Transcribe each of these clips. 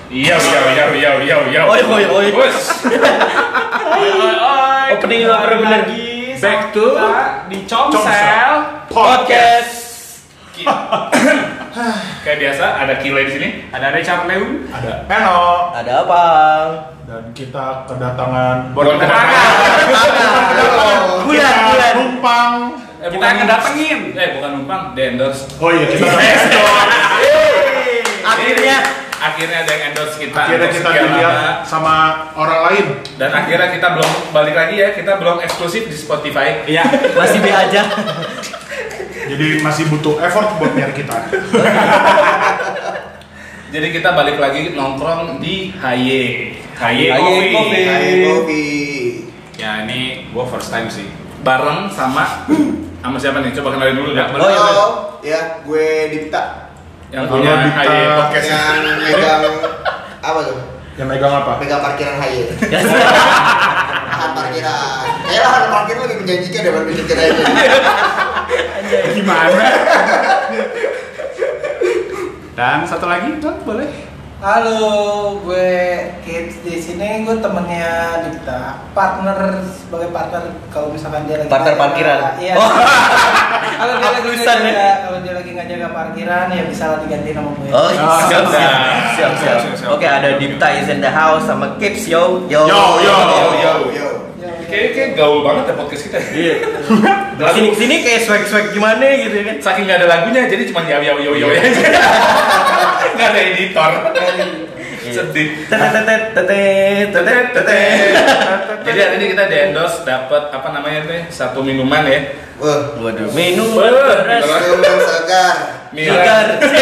Iya. Oi. Opening bener-bener Back to di Comsel Podcast. Kayak biasa ada Kile di sini. Ada Richard Leung, Ada Eno ada apa? dan kita kedatangan Bukan Bulan. numpang. kita akan datengin. Bukan numpang, di endorse. Oh iya kita Akhirnya ada yang endorse kita. akhirnya untuk kita sekian dilihat lama. sama orang lain. Dan akhirnya kita belum balik lagi ya. Kita belum eksklusif di Spotify. Iya. Masih B aja. Jadi masih butuh effort buat nyari kita. Jadi kita balik lagi nongkrong di Haye Haye Coffee. Coffee. Ya ini gua first time sih. Bareng sama siapa nih? Coba kenalin dulu dah. Oh, iya. Halo, ya gue Dipta Yang Halo, punya Dita. Haye Podcast. yang megang apa tuh? Yang megang apa? Megang parkiran HY. Lahan parkiran. Kayak lahan parkir lebih menjanjikan daripada menjanjikan aja. Gimana? Dan satu lagi, boleh? Halo, gue Kids di sini. Gue temennya Dipta, sebagai partner kalau misalkan dia lagi Partner nggak jaga- parkiran. Iya. Oh. Kalau dia lagi nggak Aplusan, ya. jaga, kalau dia lagi nggak jaga parkiran ya bisa lah diganti nama gue. Oh, siap. Siap. Oke, ada Dipta is in the house sama Kips yo. Yo. Yo. Kayak gaul banget ya podcast kita. Iya. Sini kayak swag gimana gitu kan. Saking nggak ada lagunya, jadi cuma yo aja. Nggak ada editor. Sedih. Jadi hari ini kita di endorse dapat apa namanya tuh? Satu minuman ya. Wah, Waduh, minum Bener. minuman segar. Migar.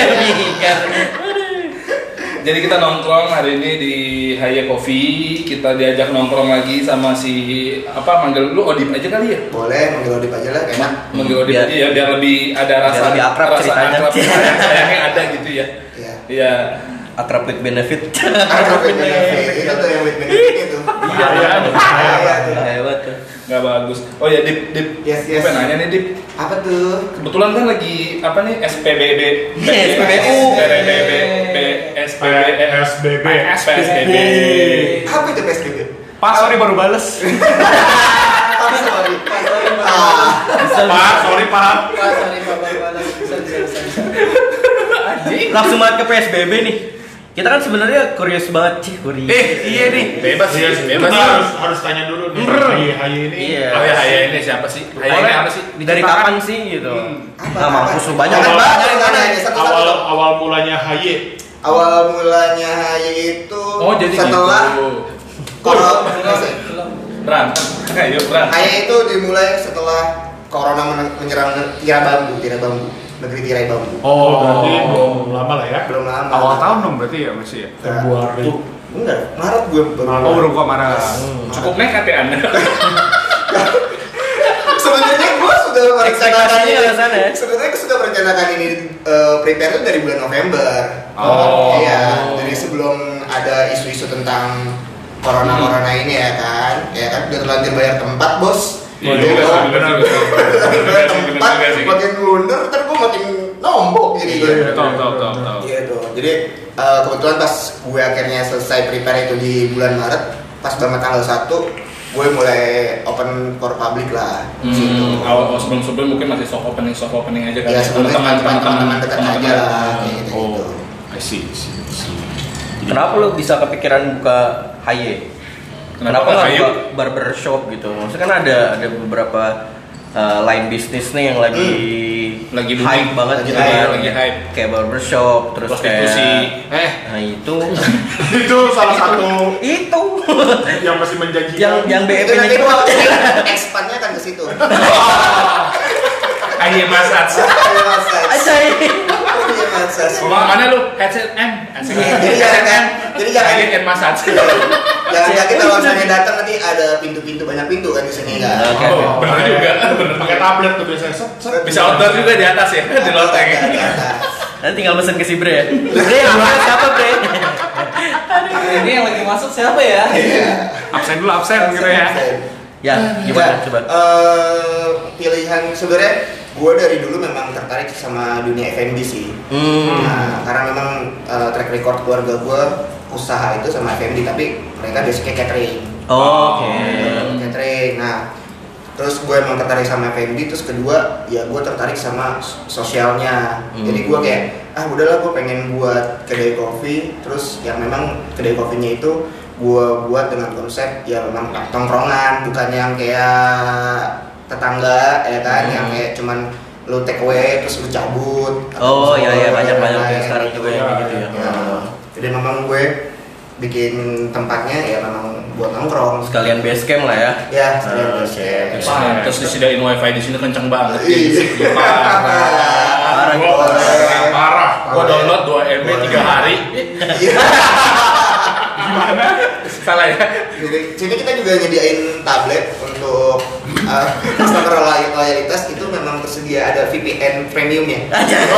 Jadi kita nongkrong hari ini di Haye Coffee. Kita diajak nongkrong lagi sama manggil lu Odip aja kali ya? Boleh manggil Odip aja lah, enak. Manggil Odip Biar- aja ya biar lebih ada rasa lebih akrab rasa ceritanya. akrab, sayangnya ada gitu ya. Iya. Iya. Akrab with benefit. Ada with benefit. Itu tuh yang with benefit itu. Iya. Bahaya tuh. Hebat tuh. Nggak bagus. Oh ya Dip. Yes. Gue pengen nanya nih Dip. Apa tuh? Kebetulan kan lagi apa nih SPBB. SPBU. SPBB. Apa itu PSBB? Pak, sorry baru bales. Sorry. Pak, sorry Pak. Sorry, bisa. Langsung banget ke PSBB nih. Kita kan sebenarnya kurios banget sih, kurios. Iya nih. Bebas sih, bebas. Kita harus tanya dulu nih. Haye ini. Iya. Oh ya Haye ini siapa sih? Haye ini apa sih? Dari kapan sih gitu? Nah, mampus lu banyak kan, Apa? Pak. Jangan satu-satu. Awal mulanya Haye. Awal mulanya HY itu setelah gitu. Corona. Berantem. Ayo berantem. HY itu dimulai setelah Corona menyerang tirai bambu, negeri tirai bambu. Oh, berarti belum lama lah ya. Belum lama. Awal tahun dong berarti ya masih ya. Februari. Enggak, Maret gue baru. Oh, baru gua marah. Cukup nekat ya Anda. Sebenarnya gue sudah merencanakan Ekspektasinya ini. ke sana ya? Sebenarnya gue sudah merencanakan ini prepare itu dari bulan November. Oh. Iya, dari sebelum ada isu-isu tentang corona ini ya kan udah terlanjur bayar tempat bos. Iya juga sih, bener juga. Bayar tempat, Bener sih. makin blunder, ntar gue makin nombok jadi gue. Tahu. Gitu. Jadi kebetulan pas gue akhirnya selesai prepare itu di bulan Maret, pas banget tanggal 1 gue mulai open for public lah. Situ. Awal sebelum mungkin masih soft opening aja kan. Ya sebelumnya teman-teman dekat aja teman-teman. lah kayak gitu. Oh, I see. Kenapa lu bisa kepikiran buka Haye? Kenapa Kenapa nggak Haye? buka barbershop gitu? Maksudnya kan ada beberapa line bisnis nih yang lagi booming. hype banget Lagi gitu hype, kan. lagi hype. Kayak barbershop, terus Prostitusi. kayak nah itu Itu salah satu itu yang masih menjanjikan. yang Itu BEP nanti nya gue expandnya kan ke situ. Haye Massage. aja ini. Mana lu? Headset M. Jadi jangan Haye and Massage. jangan yakin kalau misalnya datang nanti ada pintu-pintu banyak pintu kan di sini kan. Oke. Oh, bener juga. Bener Pakai tablet tuh biasanya. Set. Bisa outdoor juga di atas ya, di loteng. Nanti tinggal pesen ke si Bre ya. Bre, yang mana siapa Bre? Ini yang lagi masuk siapa ya? Absen gitu ya. Ya, gimana coba? Pilihan sebenarnya gue dari dulu memang tertarik sama dunia F&B sih. Nah, karena memang track record keluarga gue usaha itu sama FMD, tapi mereka basicnya catering. Oke. Catering. Nah, terus gue emang tertarik sama FMD, terus kedua ya gue tertarik sama sosialnya. Jadi gue kayak udahlah gue pengen buat kedai kopi, terus yang memang kedai kopinya itu gue buat dengan konsep ya memang tongkrongan, bukan yang kayak tetangga ya kan, yang kayak cuman lu take away terus lu cabut. Oh iya banyak yang sekarang juga yang kayak gitu ya. Jadi memang gue bikin tempatnya ya memang buat nongkrong. Sekalian base camp lah ya. Ya, sekalian base camp. Wah, terus disediain wifi di sini kenceng banget. Iya. Parah. Gua download 2 MB 3 hari. Gimana? Salah ya? Jadi sini kita juga nyediain tablet untuk customer loyalitas, itu memang tersedia ada VPN premiumnya.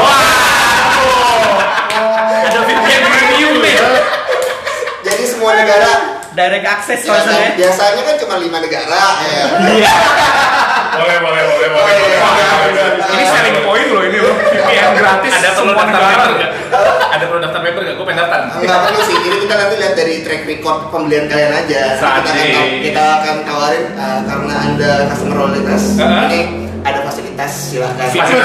Ada VPN premium nih. Jadi semua negara Direct access ya, maksudnya. biasanya kan cuma 5 negara ya. Boleh. Ini selling point loh ini loh. VPN gratis. Ada perlu semua daftar negara. member nggak? Ada perlu daftar member nggak? Gue pengen daftar. Enggak perlu sih, jadi kita nanti lihat dari track record pembelian kalian aja. Kita akan tawarin karena Anda customer loyalitas, ini ada fasilitas, silahkan.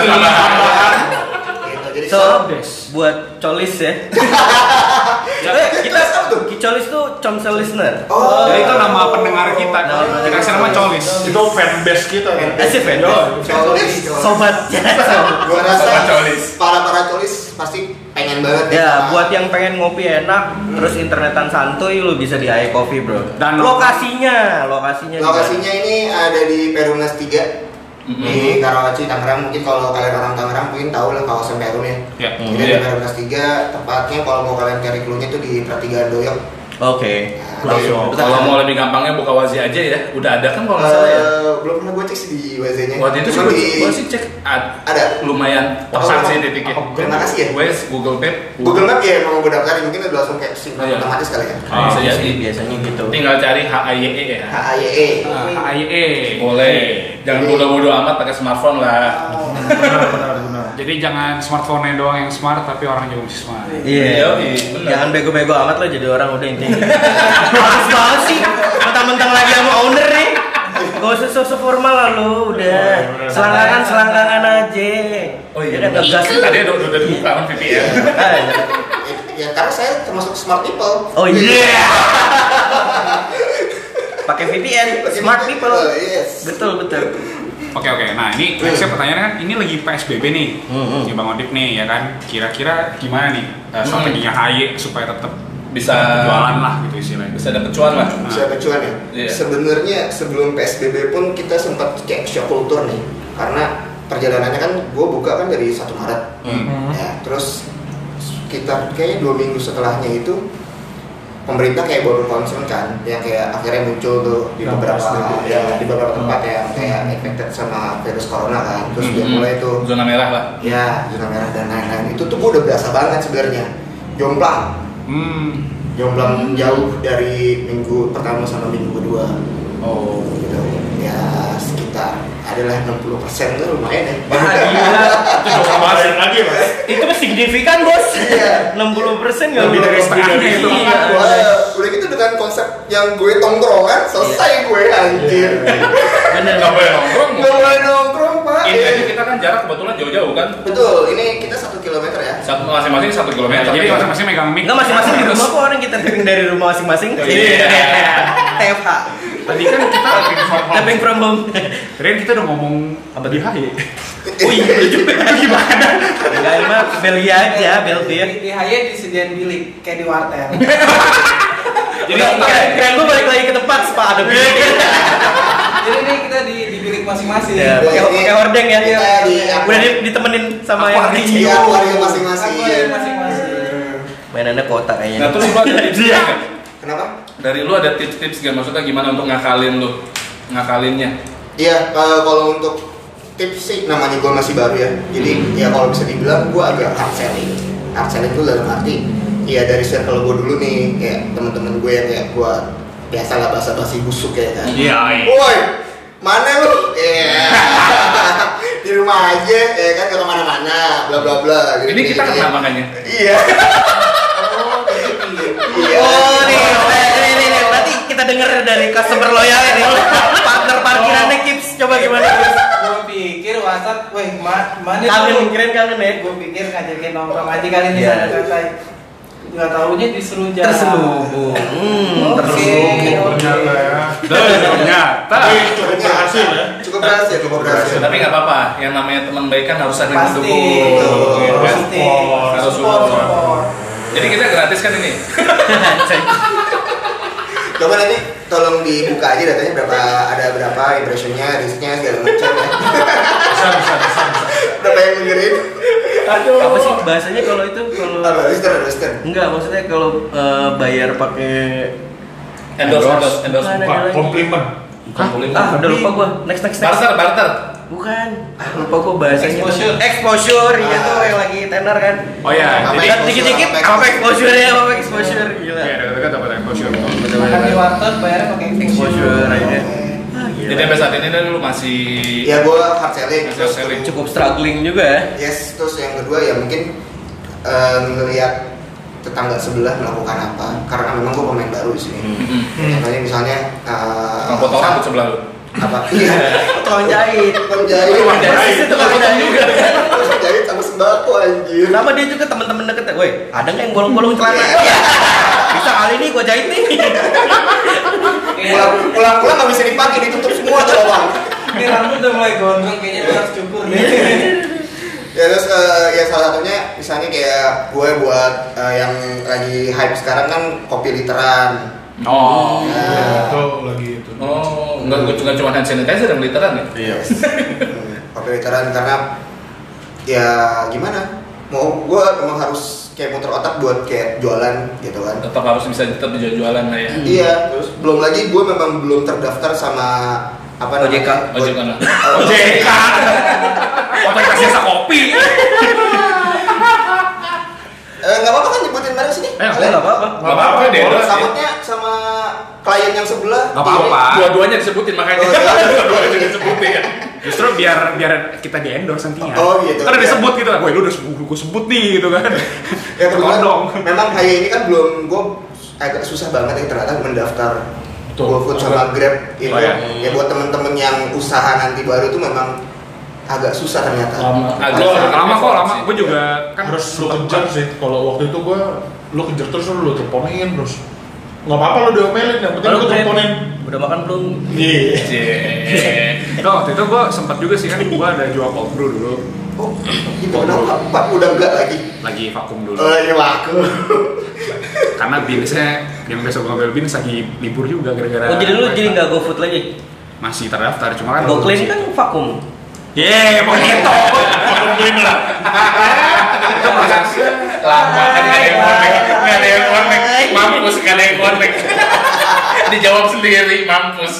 Gitu, jadi So, buat colis ya. Kita Colis tuh Comsel listener. oh, Jadi itu nama pendengar kita. Nama Kita kasih nama Colis. Itu fanbase kita kan. Asif ya? colis. Sobat. Gua rasa Sobat colis. para colis pasti pengen banget Ya, buat yang pengen ngopi enak, terus internetan santuy, lu bisa di Hai Coffee, bro. Dan lokasinya ini ada di Perumnas 3 di Karawaci, Tangerang. Mungkin kalau kalian orang Tangerang mungkin tahu lah kawasan Perum ya. Ya. Jadi di Perumnas 3 tepatnya, kalau mau kalian cari clue-nya itu di Pertigaan Doyok. Oke. Kalau mau lebih gampangnya buka Wazi aja ya. Udah ada kan kalau nggak salah ya. Belum pernah gue cek sih di WZ-nya. Waktu itu Cuma gue sih cek ada. lumayan tersan sih titiknya. Terima kasih ya. Gue Google Map. Google Map ya emang gue daftarin, mungkin udah langsung kayak Oh, iya. otomatis kali ya. Bisa Iya jadi. sih, biasanya gitu. Tinggal cari HAYE ya. HAYE. AIE. Boleh. Jangan bodoh-bodoh amat pakai smartphone lah. Benar. Jadi jangan smartphone-nya doang yang smart, tapi orang juga mesti smart. Iya. bener. Jangan bego-bego amat lo jadi orang udah intinya. Harus banget sih. Mentang-mentang lagi sama owner nih. Gak usah sosok formal lah lo, udah. Selangkangan aja. Oh iya. Udah ngegas. Tadi udah dibuka kan VPN. Ya karena saya termasuk smart people. Oh iya. Pakai VPN, smart people. Yes. Betul. Oke. Nah ini saya pertanyaannya kan ini lagi PSBB nih, ya Bang Odip nih ya kan. Kira-kira gimana nih strateginya HY supaya tetap Bisa jualan lah gitu istilahnya. Bisa dapet cuan lah. Bisa kecuan ya. Iya. Sebenarnya sebelum PSBB pun kita sempat kayak shock kultur nih, karena perjalanannya kan gue buka kan dari 1 Maret. Ya, terus sekitar kayaknya 2 minggu setelahnya itu pemerintah kayak baru concern kan, yang kayak akhirnya muncul tuh di beberapa tempat yang kayak infected sama virus corona kan. Terus dia mulai tuh Zona merah lah. ya zona merah dan lain-lain. Itu tuh gue udah berasa banget sebenarnya. Jomplang jauh dari minggu pertama sama minggu kedua. Oh. Gitu. Ya sekitar adalah 60% tuh lumayan ya. Bahasin lagi mas. Itu signifikan bos. Iya. 60% nggak Lebih dari setengahnya itu. Iya. Udah gitu dengan konsep yang gue tongkrongan selesai gue anjir. Bener. Nggak boleh nongkrong. Nggak boleh nongkrong pak. Ini aja kita kan jarak kebetulan jauh-jauh kan. Betul, ini kita 1 kilometer ya. Masing-masing 1 kilometer. Jadi masing-masing megang mic. Enggak masing-masing di rumah kok, orang kita taping dari rumah masing-masing. Iya. TFH. Tadi kan kita Tapping from home. keren kita udah ngomong apa di HY. Oh iya juga. Gimana? Enggak emang Belgia aja, Belgia. Di HY disediain bilik kayak di wartel. Jadi keren lu balik lagi ke tempat spa ada bilik. Jadi ini kita di bilik masing-masing. Ya, pakai hordeng ya. Kita Udah ditemenin sama yang di keluarga masing-masing. Aku ada masing-masing. mainannya kota kayaknya. Nah terus lu ada tips nggak? Kenapa? Dari lu ada tips-tips gak? Maksudnya gimana untuk ngakalinnya? Iya, kalau untuk tips sih namanya gue masih baru ya. Jadi ya kalau bisa dibilang gue agak hard selling. Hard selling itu dalam arti ya dari circle gue dulu nih, kayak teman-teman gue yang kayak gue biasalah basa-basi busuk ya kan. Iya. Woi, mana lu? Di rumah aja, ya kan, ke mana-mana, bla bla bla. Ini kita kenal makanya. Iya. Iya. denger dari customer loyal ini. Partner parkirannya Kips, coba gimana Kips? Gue pikir WhatsApp, weh mana Kangen, kirain kangen ya. Gue pikir ngajakin nongkrong aja kali di sana santai. Nggak taunya disuruh jalan. Terselubung. Oke. Ternyata ya. Ternyata. Tapi cukup berhasil ya. Cukup berhasil. Tapi nggak apa-apa, yang namanya teman baik kan harus saling Pasti. mendukung. Gitu kan? Pasti. Harus Support. Jadi kita gratis kan ini? Coba nanti tolong dibuka aja datanya berapa impressionnya, risknya segala macam ya. Bisa. Berapa yang dengerin? Aduh. Apa sih bahasanya kalau itu Apa? Lister. enggak, maksudnya kalau bayar pakai Endorse. Bukan, ada lagi. Komplimen. Udah lupa gua. Next. Barter. Bukan. Lupa gua bahasanya. Exposure. Exposure, iya tuh yang lagi tenar kan. Oh ya, Apa jadi ya? Dikit-dikit apa exposure ya, apa exposure gila. ya dekat apa exposure. Makan di warteg bayarnya pakai Exposure aja. Jadi sampai saat ini lu masih Ya gue hard selling. Hard selling. Cukup struggling juga ya. Yes, terus yang kedua ya mungkin ngelihat tetangga sebelah melakukan apa, karena memang gue pemain baru di sini. Contohnya misalnya potong rambut sebelah lu. apa? Iya, Tukang jahit. tukang jahit, Tukang jahit. tukang jahit sama sembako anjir. Sama dia juga teman-teman deket. Woi, ada nggak yang bolong-bolong celana? Iya. Bisa kali ini gua jahit nih. Pulang nggak bisa dipakai, ditutup semua tuh bang. Ini rambut udah mulai gondrong kayaknya lu harus cukur deh. Ya terus ya salah satunya misalnya kayak gue buat yang lagi hype sekarang kan kopi literan. Oh. Nah, Itu lagi itu. Oh, enggak cuma hand sanitizer dan literan ya? Iya. kopi literan karena ya gimana? Mau gue memang harus kayak muter otak buat kayak jualan gitu kan. Tetap harus bisa tetap jualan lah ya. Iya, terus belum lagi gue memang belum terdaftar sama apa OJK. Ojek mana? OJK. Otoritas jasa kopi. Nggak apa-apa kan nyebutin merek sini? Nggak apa-apa. Nggak apa-apa deh. Boleh. Takutnya sama klien yang sebelah. Nggak apa-apa. Dua-duanya disebutin makanya. Oh, iya. Dua-duanya disebutin. Justru biar kita di endorse nantinya. Oh, gitu. Kan udah disebut gitu kan. Woi, lu udah gue sebut nih gitu kan. Ya kebetulan Todong. memang kayak ini kan belum, gue agak susah banget ya ternyata mendaftar Betul. GoFood sama Grab itu. Oh, ya. Ya buat temen-temen yang usaha nanti baru itu memang agak susah ternyata. Lama kok. Gue juga kan Harus lu kejar sih. Kalau waktu itu lu kejar terus lu teleponin terus. Nggak apa-apa lu diomelin, yang penting lu teleponin. Udah makan belum? Iya. itu waktu itu gue sempat juga sih kan gue ada jual cold brew dulu. Oh, gitu. Kenapa? Udah enggak lagi. Lagi vakum dulu. Oh, ini laku. Karena binsnya yang besok ngambil bins lagi libur juga gara-gara. Oh, jadi lu jadi nggak GoFood lagi? masih terdaftar cuma kan GoClean kan vakum. pokoknya itu vakum cleaner. Itu prosesnya Lama kan nggak ada yang connect. Mampus nggak ada yang connect. Dijawab sendiri, mampus.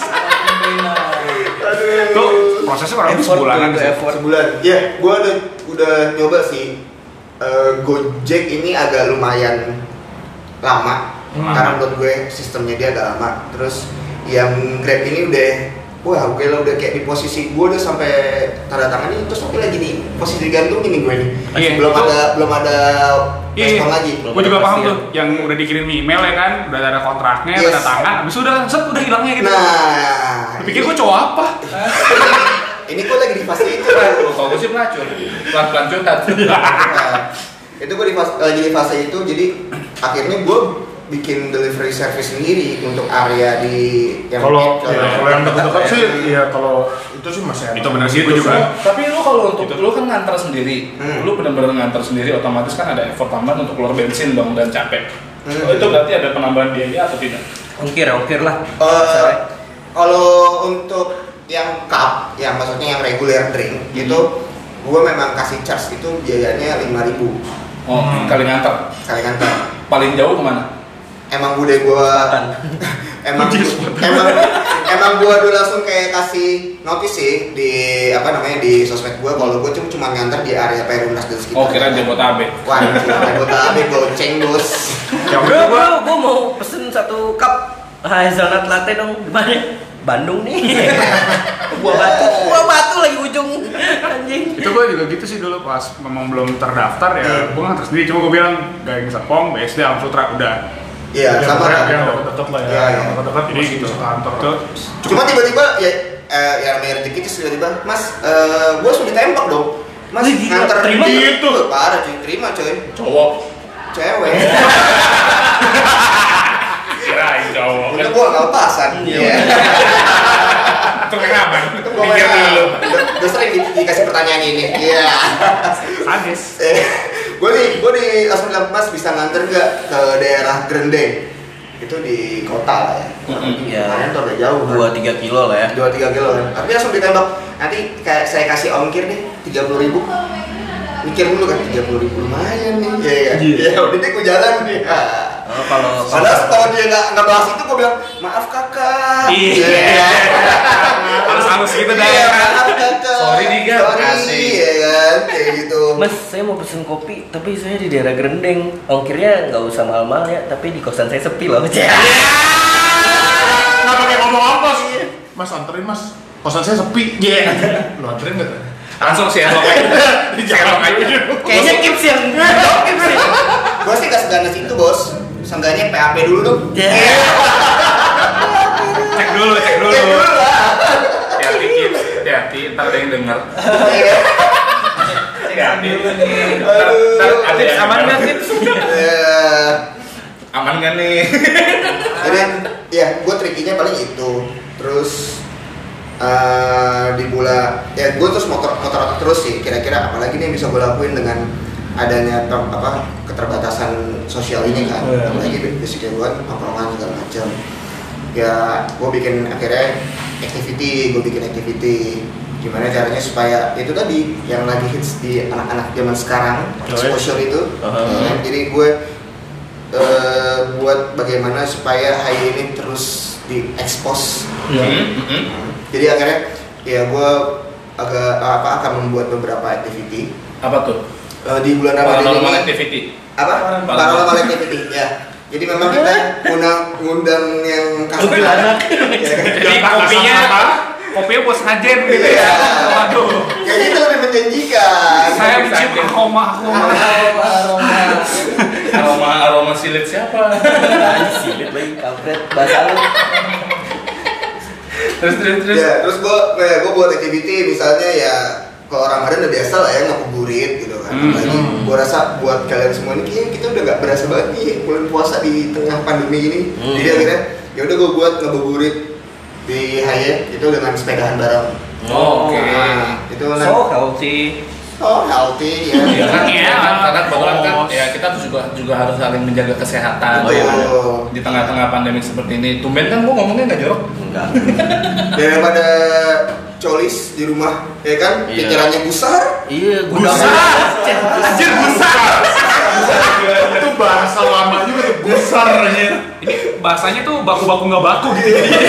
tuh prosesnya kurang lebih sebulanan sih. Sebulan. Ya, gue udah nyoba sih. Gojek ini agak lumayan lama. Karena menurut gue sistemnya dia agak lama. Terus yang Grab ini udah oke lah, udah kayak di posisi gue udah sampai tanda tangan ini, terus tapi lagi di posisi digantungin nih gue nih. Iya, belum ada respon lagi. Gue juga paham tuh, yang udah dikirim email ya kan, udah ada kontraknya, Yes. tanda tangan, habis itu udah hilangnya gitu. Nah, Pikir gue cowok apa? ini gue lagi di fase itu. Kalau gue sih pelacur, pelan-pelan curhat. Nah, itu gue lagi di fase itu, jadi akhirnya gue bikin delivery service sendiri untuk area di Kalau yang dekat-dekat ya. sih, ya kalau itu sih masih enak. Itu bener sih, gue juga. Tapi lu kalau untuk lu kan ngantar sendiri, Hmm. lu benar-benar ngantar sendiri, otomatis kan ada effort tambahan untuk keluar bensin dong dan capek. Hmm. Oh, itu berarti ada penambahan biaya atau tidak? Ongkir lah. Kalau untuk yang cup, yang maksudnya yang regular drink itu gue memang kasih charge itu biayanya 5.000 Oh, kali ngantar. kali ngantar. Paling jauh kemana? Emang gue emang gue dulu langsung kayak kasih notice sih di di sosmed gue kalau gue cuma ngantar di area Perumnas dan sekitar. Oh, kira Jabodetabek. Wah, Jabodetabek goceng bos. Ya udah Gue mau pesen 1 cup hazelnut latte dong. Gimana? Bandung nih. Buah batu lagi ujung anjing. itu gue juga gitu sih dulu pas memang belum terdaftar ya gue ngantar sendiri cuma gue bilang gak bisa pom BSD Alam Sutra udah Iya, sama kan. Yang dekat lah ya. Iya, iya. Yang dekat Jadi masih gitu. bisa kantor. Tuh, Cuma tiba-tiba ya namanya rezeki terus tiba-tiba, Mas, gue langsung ditembak dong. Mas, Wih, gila, nganter terima gitu. Parah cuy, terima coy. Cowok. Cewek. Kirain cowok. Udah gua nggak lepasan. Iya. itu kenapa? Itu Mikir dulu. udah sering dikasih pertanyaan ini. Iya. Sadis. Gue langsung bilang, Mas bisa nganter nggak ke daerah Grendeng? Itu di kota lah ya. Iya. Kemarin tuh agak jauh. 2-3 kilo lah ya. 2-3 kilo kan. Tapi langsung ditembak. Nanti kayak saya kasih ongkir nih 30.000. Mikir dulu kan 30.000 lumayan nih. Iya. Iya, udah deh gue jalan nih. Oh, kalau Padahal setelah dia nggak bahas itu, gue bilang maaf kakak. Iya. Halus-halus gitu dah. Iya, maaf kakak. Sorry, Diga. Sorry, Makasih. ya kan, kayak gitu. Mas, saya mau pesen kopi, tapi saya di daerah Grendeng. Ongkirnya nggak usah mahal-mahal ya, tapi di kosan saya sepi loh. Nggak pakai ngomong apa sih? Mas anterin mas. Kosan saya sepi. Iya. Lu anterin nggak? Langsung Sherlock aja. Sherlock aja. Kayaknya Kips yang Kips ya. Gue sih nggak seganas itu bos. Seenggaknya PAP dulu dong. Iya. Cek dulu. Cek dulu lah. Hati-hati, Kips. Hati-hati, ntar ada yang denger. Iya. Hati-hati. Aduh. Ada yang aman nggak, Kips? Iya. Aman nggak nih? Jadi ya gue trikinya paling itu. Terus di bulan ya gue terus motor terus sih. Kira-kira apalagi nih yang bisa gue lakuin dengan adanya keterbatasan sosial ini kan. Apalagi basicnya gue nongkrongan segala macam. Ya gue bikin akhirnya gue bikin activity. Gimana caranya supaya itu tadi yang lagi hits di anak-anak zaman sekarang, exposure itu. Ya, jadi gue buat bagaimana supaya HI ini terus diekspos. Jadi akhirnya ya gue akan membuat beberapa activity. Apa tuh? Di bulan Ramadan Paranormal ini. activity. Apa? Paranormal activity ya. Jadi memang kita ngundang yang Kopi anak. Jadi kopinya buat sajen gitu ya. Waduh. Kayaknya itu lebih menjanjikan. Saya mencium Aroma silit siapa? Silit lagi kampret bahasa lu. Terus. Ya, terus gue buat activity misalnya ya kalau Ramadan udah biasa lah ya ngabuburit gitu kan. Apalagi gue rasa buat kalian semua ini kayaknya kita udah gak berasa banget nih bulan puasa di tengah pandemi ini. Jadi akhirnya ya udah gue buat ngabuburit di Hayat itu dengan sepedahan bareng. Oke. Nah, itu So healthy. Oh healthy ya. Ya kan, Iya. karena kebetulan kan ya kita tuh juga harus saling menjaga kesehatan. Betul. Di tengah-tengah pandemi seperti ini. Tumben kan gua ngomongnya nggak jorok. Enggak. Daripada colis di rumah ya kan Iya. pikirannya gusar. Iya, Anjir gusar. Itu bahasa lama juga tuh gusar aja. Ini bahasanya tuh baku-baku nggak baku gitu.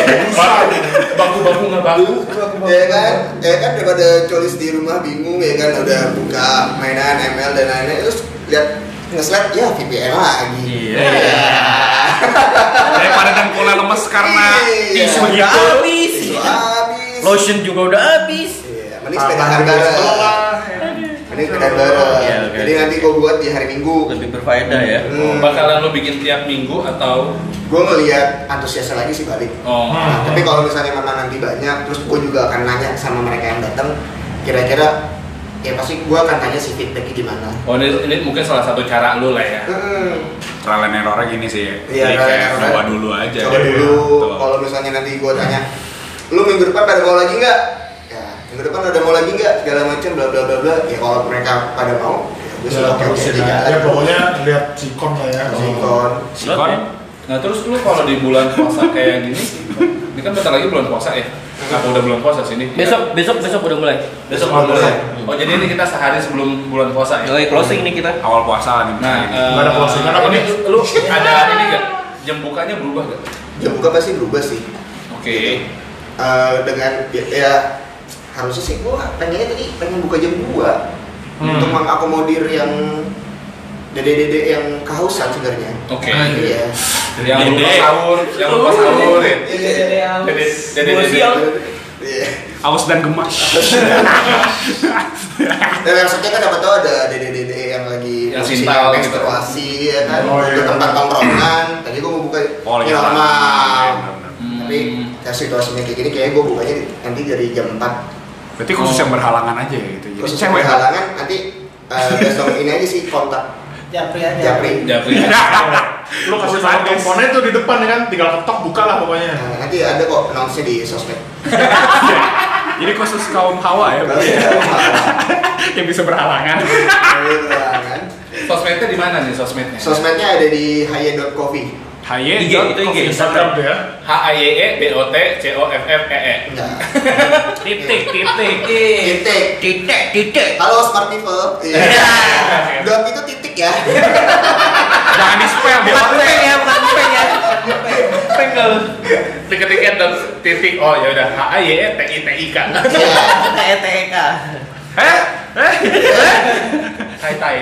Baku-baku nggak baku. Ya kan daripada colis di rumah bingung ya kan udah buka mainan ML dan lain-lain terus lihat nge-slap ya VPN lagi. Iya. Daripada dengkulnya lemes karena Iya. isu Udah gitu. habis. Isu habis. Lotion juga udah habis. Iya, mending sepedahan bareng. Mending sepedahan bareng. Iya, oke. Jadi nanti gue buat di hari Minggu. Lebih berfaedah ya. Bakalan lo bikin tiap minggu atau? Gue ngelihat antusiasnya lagi sih balik. Oh. Nah, tapi kalau misalnya memang nanti banyak, terus gue juga akan nanya sama mereka yang datang, kira-kira ya pasti gue akan tanya sih feedbacknya gimana. Oh ini mungkin salah satu cara lo lah ya. Trial and error gini sih. Iya, Jadi trial and kayak error. coba dulu aja. Coba dulu. Betul. Kalau misalnya nanti gue tanya, lu minggu depan pada mau lagi nggak? Ya, minggu depan ada mau lagi nggak? Segala macam, bla bla bla bla. Ya kalau mereka pada mau, ya gue sih Ya oke terusin aja. aja. Pokoknya lihat sikon lah ya. Sikon. Sikon. Nah terus lu kalau di bulan puasa kayak gini, ini kan bentar lagi bulan puasa ya? Apa udah bulan puasa sini? Besok udah mulai. Besok bulan puasa. Oh jadi ini kita sehari sebelum bulan puasa ya? Lagi closing nih kita. Awal puasa nih. Nah, Nggak ada closingan apa ini nih? lu ada ini gak? Jam bukanya berubah gak? Jam buka pasti berubah sih. Oke. Dengan ya harusnya sih gue pengen buka jam 2 untuk mengakomodir yang dede-dede yang kehausan sebenarnya. Oke. Iya. Yang lupa sahur ya. Iya. Dede. Iya. Aus dan gemas. Dan maksudnya kan dapat tahu ada dede-dede yang lagi Yang ngurusin sintal gitu. menstruasi ya kan, Oh, iya. di tempat tongkrongan. Tadi gue mau buka Oh, ini iya. normal. Hmm. Tapi kayak situasinya kayak gini, kayaknya gue bukanya nanti dari jam 4. Berarti khusus yang berhalangan aja ya gitu. Jadi Khusus cewek. halangan nanti besok ini aja sih kontak Japri aja. Japri. Japri. Lu kasih nomor teleponnya tuh di depan ya kan, tinggal ketok buka lah pokoknya. Nah, nanti ada kok announce-nya di sosmed. Jadi khusus kaum hawa ya berarti ya. Yang bisa berhalangan. Sosmednya di mana nih sosmednya? Sosmednya ada di haye.coffee. Haye IG, itu IG. Instagram tuh ya. HAYEBOTCOFFEE. Enggak. titik. Titik. Halo smart people. Iya. Dot itu titik ya. Jangan di spell di Bukan peng ya, bukan peng ya. Peng kalau Ketiknya titik. Oh ya udah HAYETITIK. Iya. ETK. Hai tai.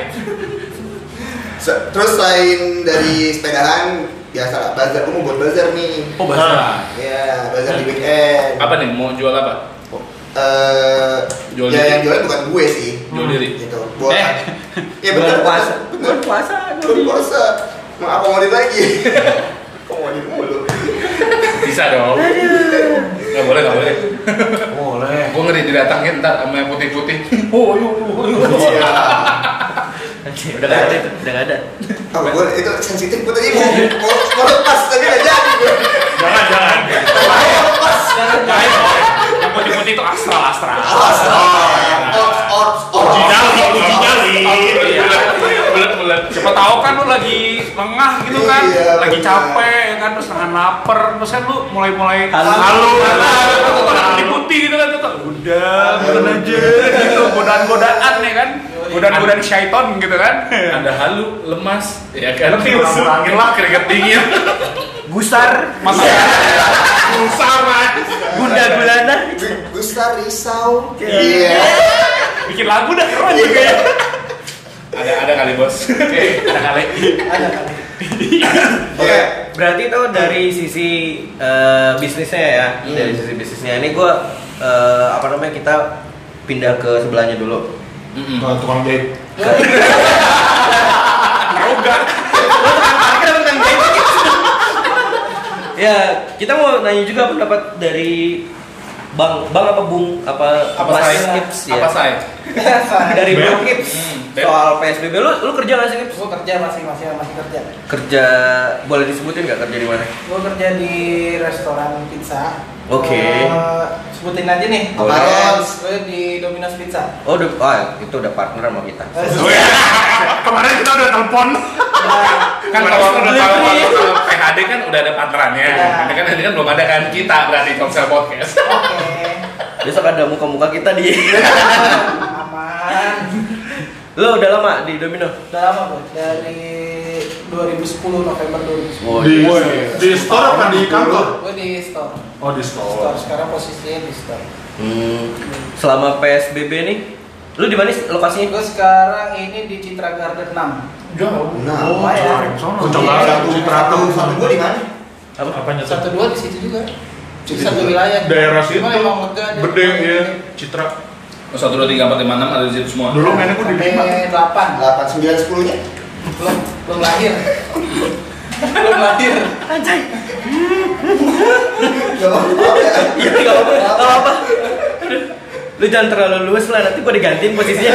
Terus selain dari sepedahan, biasa lah bazar. Gue mau buat bazar nih. Oh bahasa. Iya, bazar di weekend. Apa nih mau jual apa? Jual Ya diri. yang jualan bukan gue sih. Jual diri. Gitu. Buat. Ya Bulan puasa. Bener. Bulan puasa. Bulan puasa. Mau apa mau lagi? Kok mau mulu? Bisa dong. Nggak boleh. Boleh. Gue ngeri didatangin ntar sama yang putih-putih. Oh, yo. Iya. Udah nggak ada itu, udah nggak ada. Oh, gue itu sensitif. Gue tadi mau lepas tapi nggak jadi gue. Jangan. Mau lepas. Yang putih-putih itu astral. Orbs. Bulat. Siapa tahu kan lu lagi lengah gitu kan, Iya, lagi bener. capek ya kan, terus nahan lapar, terus kan lu mulai Halu. putih gitu kan, tuh udah bukan aja gitu, godaan ya kan, godaan syaiton gitu kan. Ada halu, lemas, ya kan? Lebih kurang-kurangin lah. Keringet dingin. Gusar, Masa Sama. Gunda Gulana. Gusar risau. Iya. Iya. bikin lagu dah keren juga ya. Ada kali bos. Ada kali. Oke. Berarti itu dari sisi bisnisnya ya, dari sisi bisnisnya ini gue kita pindah ke sebelahnya dulu. Nah, tukang jahit. Roga. Ya, kita mau nanya juga pendapat dari Bang apa Bung apa Mas saya? Kips ya. Apa saya? Dari Bang Kips Ben. soal PSBB lu kerja nggak sih Kips? Gue kerja masih kerja. Kerja boleh disebutin nggak kerja di mana? Gue kerja di restoran pizza. Oke. Sebutin aja nih. Boleh. Domino's. Gue di Domino's Pizza. Oh, itu udah partner sama kita. Oh ya. Kemarin kita udah telepon. Kan kalau PHD kan udah ada partnerannya. Ini kan belum ada kan kita berarti Komsel Podcast. Oke. Besok ada muka-muka kita di. Aman. Lo udah lama di Domino? Udah lama bro, dari 2010 November 2010. Oh, Di store apa di kantor? Gue di store. Oh, di store. Sekarang posisinya di store. Selama PSBB nih, lu di mana sih lokasinya? Gue sekarang ini di Citra Garden 6. Jauh. Nah, Lumayan. Coba satu dua di mana? Apanya tuh? Satu dua di situ juga. Di satu wilayah. Daerah situ. Cuma emang lega. Gede ya, Citra. 1, 2, 3, 4, 5, 6 ada di situ semua. Dulu mainnya gue di Sampai 5. 8. 8, 9, 10-nya. Belum lahir. Belum lahir. Anjay. Gak apa-apa ya. Iya, enggak apa-apa. Lu jangan terlalu luas lah, nanti gua digantiin posisinya.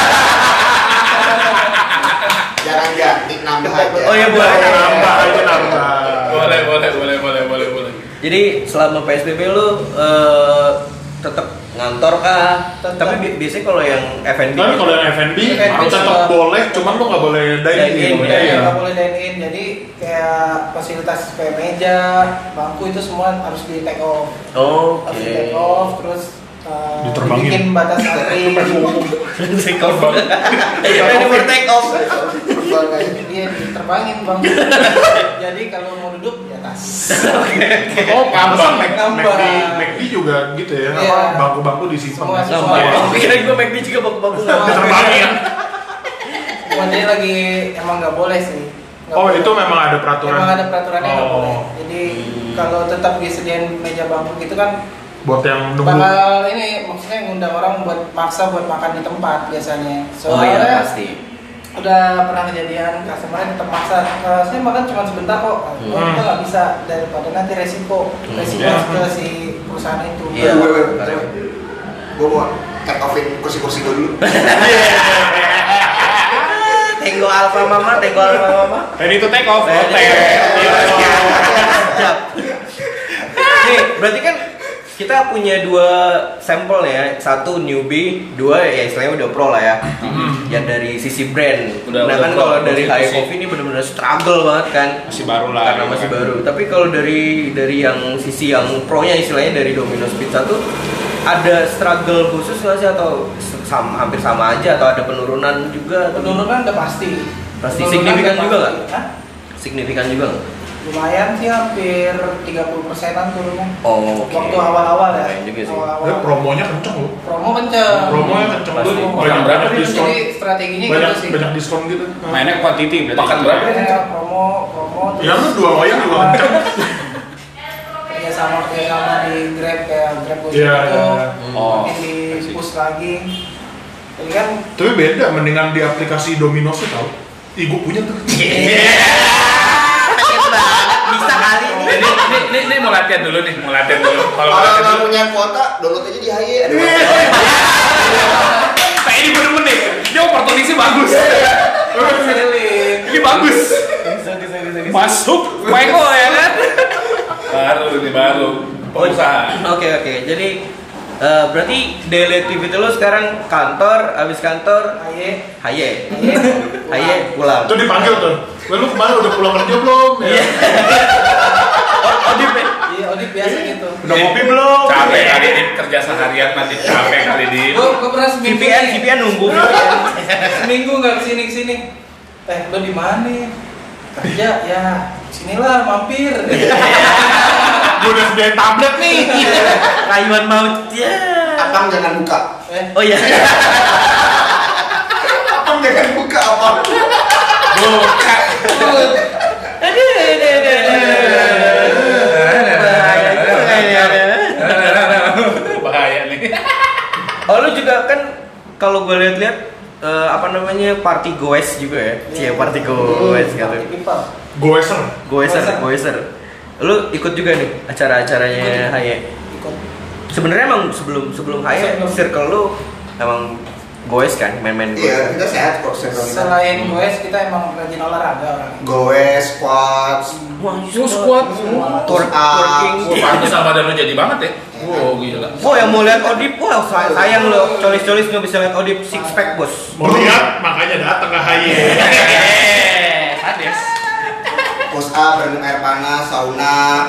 Jangan ganti, nambah aja. Oh iya, boleh. Nambah aja nambah. Boleh. Jadi selama PSBB lu tetap ngantor kah? Tetap. Tapi biasanya kalau yang F&B Kan kalau yang F&B F&B tetap semua. boleh, cuman lu nggak boleh Dine dine in, in. ya. Iya. Nggak boleh dine in, jadi kayak fasilitas kayak meja, bangku itu semua harus di take off. Harus di take off, terus Diterbangin. bikin batas antri. Take off. Ready for take off. Dia diterbangin bang. Jadi kalau mau duduk di atas. Oh, pantesan Ngambang. McD juga gitu ya. Iya. Apa, bangku-bangku disimpan. Semua. Nah, pikiran gua McD juga baku-baku nggak. Diterbangin. Cuma dia lagi emang nggak boleh sih. Nggak Oh, boleh. itu memang ada peraturan. Emang ada peraturannya nggak Oh. boleh. Jadi kalau tetap disediain meja bangku gitu kan Buat yang nunggu. Bakal ini maksudnya ngundang orang buat maksa buat makan di tempat biasanya. Oh iya pasti. Udah pernah kejadian customer tetap maksa, saya makan cuma sebentar kok. Kita nggak bisa daripada nanti resiko ke si perusahaan itu. Iya. Gue mau take offin kursi-kursi gue dulu. Tenggo Alfa Mama. Ready to take off. Siap. Nih, berarti kan kita punya 2 sampel ya, 1 newbie, 2 ya istilahnya udah pro lah ya. Yang dari sisi brand. Udah kan pro, kalau dari pro High sih. Coffee ini benar-benar struggle banget kan. Masih baru lah. Karena masih baru. Tapi kalau dari yang sisi yang pro-nya istilahnya dari Domino's Pizza tuh ada struggle khusus nggak sih atau hampir sama aja atau ada penurunan juga? Penurunan udah pasti. Pasti. Penurunan Signifikan udah juga pasti. nggak? Hah? Signifikan juga nggak? Lumayan sih, hampir 30%-an turunnya. Oh, oke. Waktu awal-awal ya. Keren juga sih. Ya, promonya kenceng loh. Promo kenceng. Promonya kenceng Pasti. tuh. Makan berapa diskon. Jadi strateginya Banyak gitu sih. banyak diskon gitu. Mainnya quantity berarti. Makan berapa? Ya, promo Ya lu 2 wayang juga kenceng. kerjasama di Grab kayak Grab Gojek Iya, itu iya. Oh, makin di push lagi. Jadi kan Tapi beda mendingan di aplikasi Domino's tuh tau. Ih, gue punya tuh. Pengen banget, bisa kali nih. Ini mau latihan dulu nih, mau latihan dulu. Kalau mau Kalau latihan nggak dulu, punya kuota, download aja di HY. Ada Kayak ini bener-bener nih. Dia opportunity bagus. Ini bagus. Masuk. Michael ya kan? baru pengusaha. Oke. Jadi berarti daily activity lo sekarang kantor, abis kantor, haye pulang. Itu dipanggil tuh. Wah, lu kemarin udah pulang kerja belum? Ya. Odip ya? iya audit biasa gitu. Udah ngopi belum? Capek kali ini kerja seharian nanti capek kali ini. Gue pernah seminggu VPN nunggu. seminggu nggak kesini. Lo di mana? Kerja ya sinilah mampir. Gue udah sediain tablet nih. Rayuan maut ya. Akang jangan buka. Oh iya. Akang jangan buka apa? Buka. Bahaya nih. Oh lu juga kan kalau gue lihat-lihat apa namanya party goes juga ya? Cie party goes gitu. Goeser. Lu ikut juga nih acara-acaranya Haye. Ikut. Sebenarnya emang sebelum Haye circle lu emang goes kan, main-main goes. Iya, kita sehat kok circle kita. Selain goes kita emang rajin olahraga orang. Goes, squats, Wah, Squat. twerking. Pantes sama dan lu jadi banget ya. Wow, gila. Oh yang mau lihat Odip, wah sayang lo, colis-colis nggak bisa lihat Odip six pack bos. Mau lihat makanya datang ke HY. Sadis. push up, rendam air panas, sauna.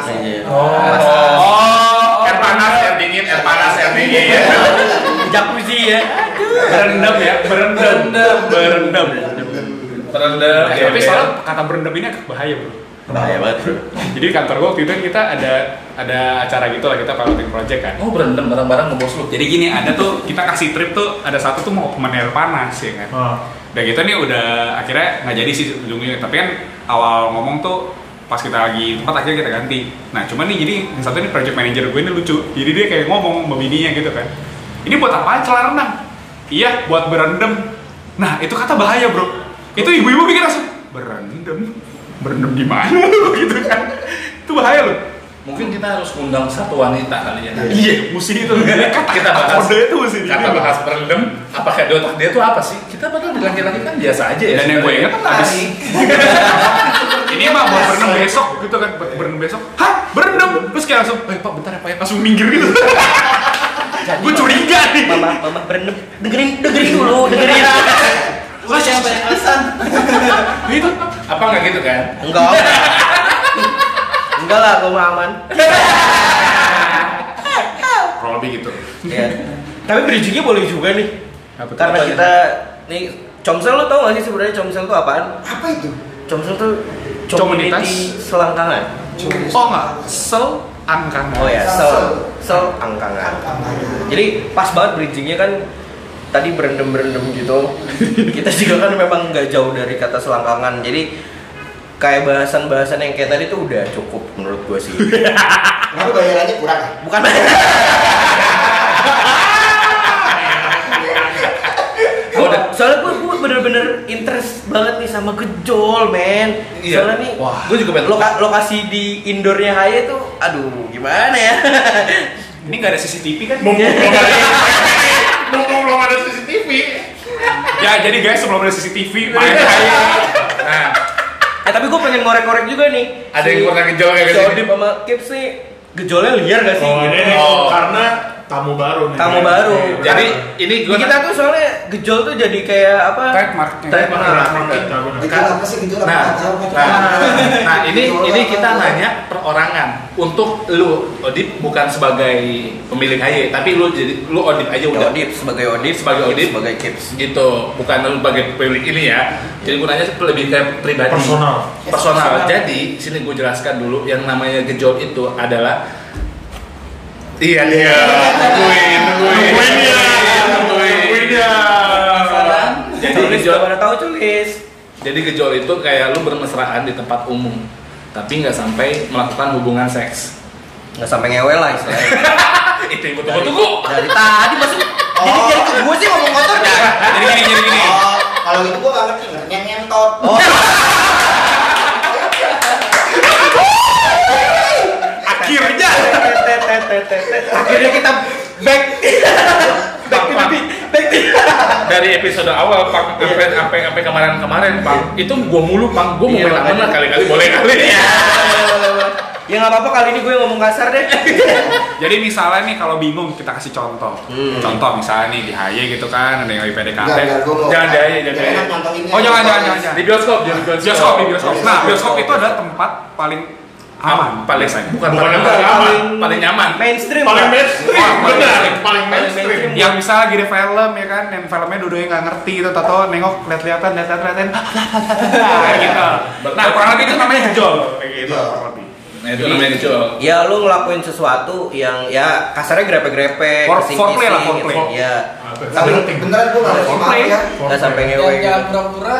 Oh, air panas, air dingin, air panas, air dingin. Jacuzzi ya. Berendam ya, berendam. Berendam. Tapi soalnya kata berendam ini agak bahaya bro. Bahaya banget bro. Jadi di kantor gue waktu itu kita ada acara gitu lah, kita piloting project kan. Oh, berendam bareng-bareng ngebos lu. Jadi gini, ada tuh kita kasih trip tuh, ada satu tuh mau pemen air panas ya kan. Dan kita nih udah akhirnya nggak jadi sih ujungnya, tapi kan awal ngomong tuh pas kita lagi tempat akhirnya kita ganti. Nah cuman nih jadi yang satu ini project manager gue ini lucu, jadi dia kayak ngomong sama bininya gitu kan, ini buat apaan celana renang? Iya buat berendam. Nah itu kata bahaya bro, itu ibu-ibu pikir langsung berendam gimana gitu kan, itu bahaya loh. Mungkin kita harus undang satu wanita kali ya. Iya, mesti itu. Kita bahas kode itu mesti kata bahas berendam. Apakah di otak dia tuh apa sih? Kita padahal di laki-laki kan biasa aja ya. Dan yang gue ingat habis ini mah mau berendam besok gitu kan, berendam besok. Hah, berendam? Terus kayak langsung, Pak bentar ya Pak ya, langsung minggir gitu. Gue curiga nih. Mama berendam, dengerin dulu. Lu siapa yang alasan? Itu Apa nggak gitu kan? Enggak lah, gue mah aman. kurang lebih gitu. Ya. Tapi bridgingnya boleh juga nih. Karena Apanya? kita nih Comsel lo tau gak sih sebenarnya Comsel tuh apaan? Apa itu? Comsel tuh Komunitas. community selangkangan. Oh enggak, angkangan. Oh ya, sel angkangan. Jadi pas banget bridgingnya kan tadi berendam gitu. Kita juga kan memang nggak jauh dari kata selangkangan. Jadi kayak bahasan-bahasan yang kayak tadi tuh udah cukup menurut gue sih. Kenapa bayarannya kurang ya? Bukan. Soalnya gue bener-bener interest banget nih sama gejol, men. Iya. Soalnya nih, Gue juga pengen. lokasi di indoornya Haye tuh, aduh gimana ya? Ini nggak ada CCTV kan? Mumpung belum ada CCTV. Ya jadi guys sebelum ada CCTV main kayak. Nah, Tapi gue pengen ngorek-ngorek juga nih. ada yang kurang gejol kayak Si gini. Odip sama Kips nih gejolnya liar gak sih? Ini Oh. karena tamu baru nih. Tamu baru. Jadi ini Di kita tuh soalnya gejol tuh jadi kayak apa? Trademarknya. Trademark. Gejol apa sih gejol? Nah, nah ini kita nanya perorangan untuk lu Odip bukan sebagai pemilik HY, tapi lu jadi lu Odip aja udah. Odip sebagai Odip, Sebagai Odip. sebagai Kips. Gitu, bukan lu sebagai pemilik ini ya. Jadi gue nanya lebih kayak pribadi. Personal. Personal. Jadi sini gue jelaskan dulu yang namanya gejol itu adalah Iya dia, nungguin ya. Jadi Tulis gejol, udah pada tahu tulis. jadi gejol itu kayak lu bermesraan di tempat umum, tapi nggak sampai melakukan hubungan seks. Nggak sampai ngewel lah istilahnya. Itu yang gue tunggu. Dari tadi masuk. Jadi ke gue sih ngomong kotor dah. Jadi gini. Oh, kalau gitu gua nggak ngerti, ngentot. Oh. Akhirnya kita back Dari episode awal Pak sampai kemarin Pak, itu gue mulu Pak, gue mau Iya, main makanya. kali-kali boleh kali. Ya nggak apa-apa, kali ini gue ngomong kasar deh. Jadi misalnya nih kalau bingung kita kasih contoh. Contoh misalnya nih di HY gitu kan ada yang lagi PDKT. Enggak, gua mau. Jangan daya, jangan Jangan daya. nontoninnya. Oh jangan. Di bioskop, di bioskop. Bioskop. Nah bioskop itu adalah tempat paling aman. Paling bukan Bukan paling paling aman, paling nyaman. Mainstream. Paling Pak. mainstream, Wah, benar. mainstream. Paling mainstream. Yang bisa lagi di film ya kan, yang filmnya dua-duanya nggak ngerti itu, tato nengok lihat-lihatan gitu. Nah kurang lebih itu namanya gejol kayak gitu. kurang lebih. Nah itu namanya gejol. Ya lu ngelakuin sesuatu yang ya kasarnya grepe-grepe, Foreplay lah, foreplay. Ya. Tapi beneran gua nggak ngerti, maaf ya. Nggak sampai ngewe. Jangan pura-pura.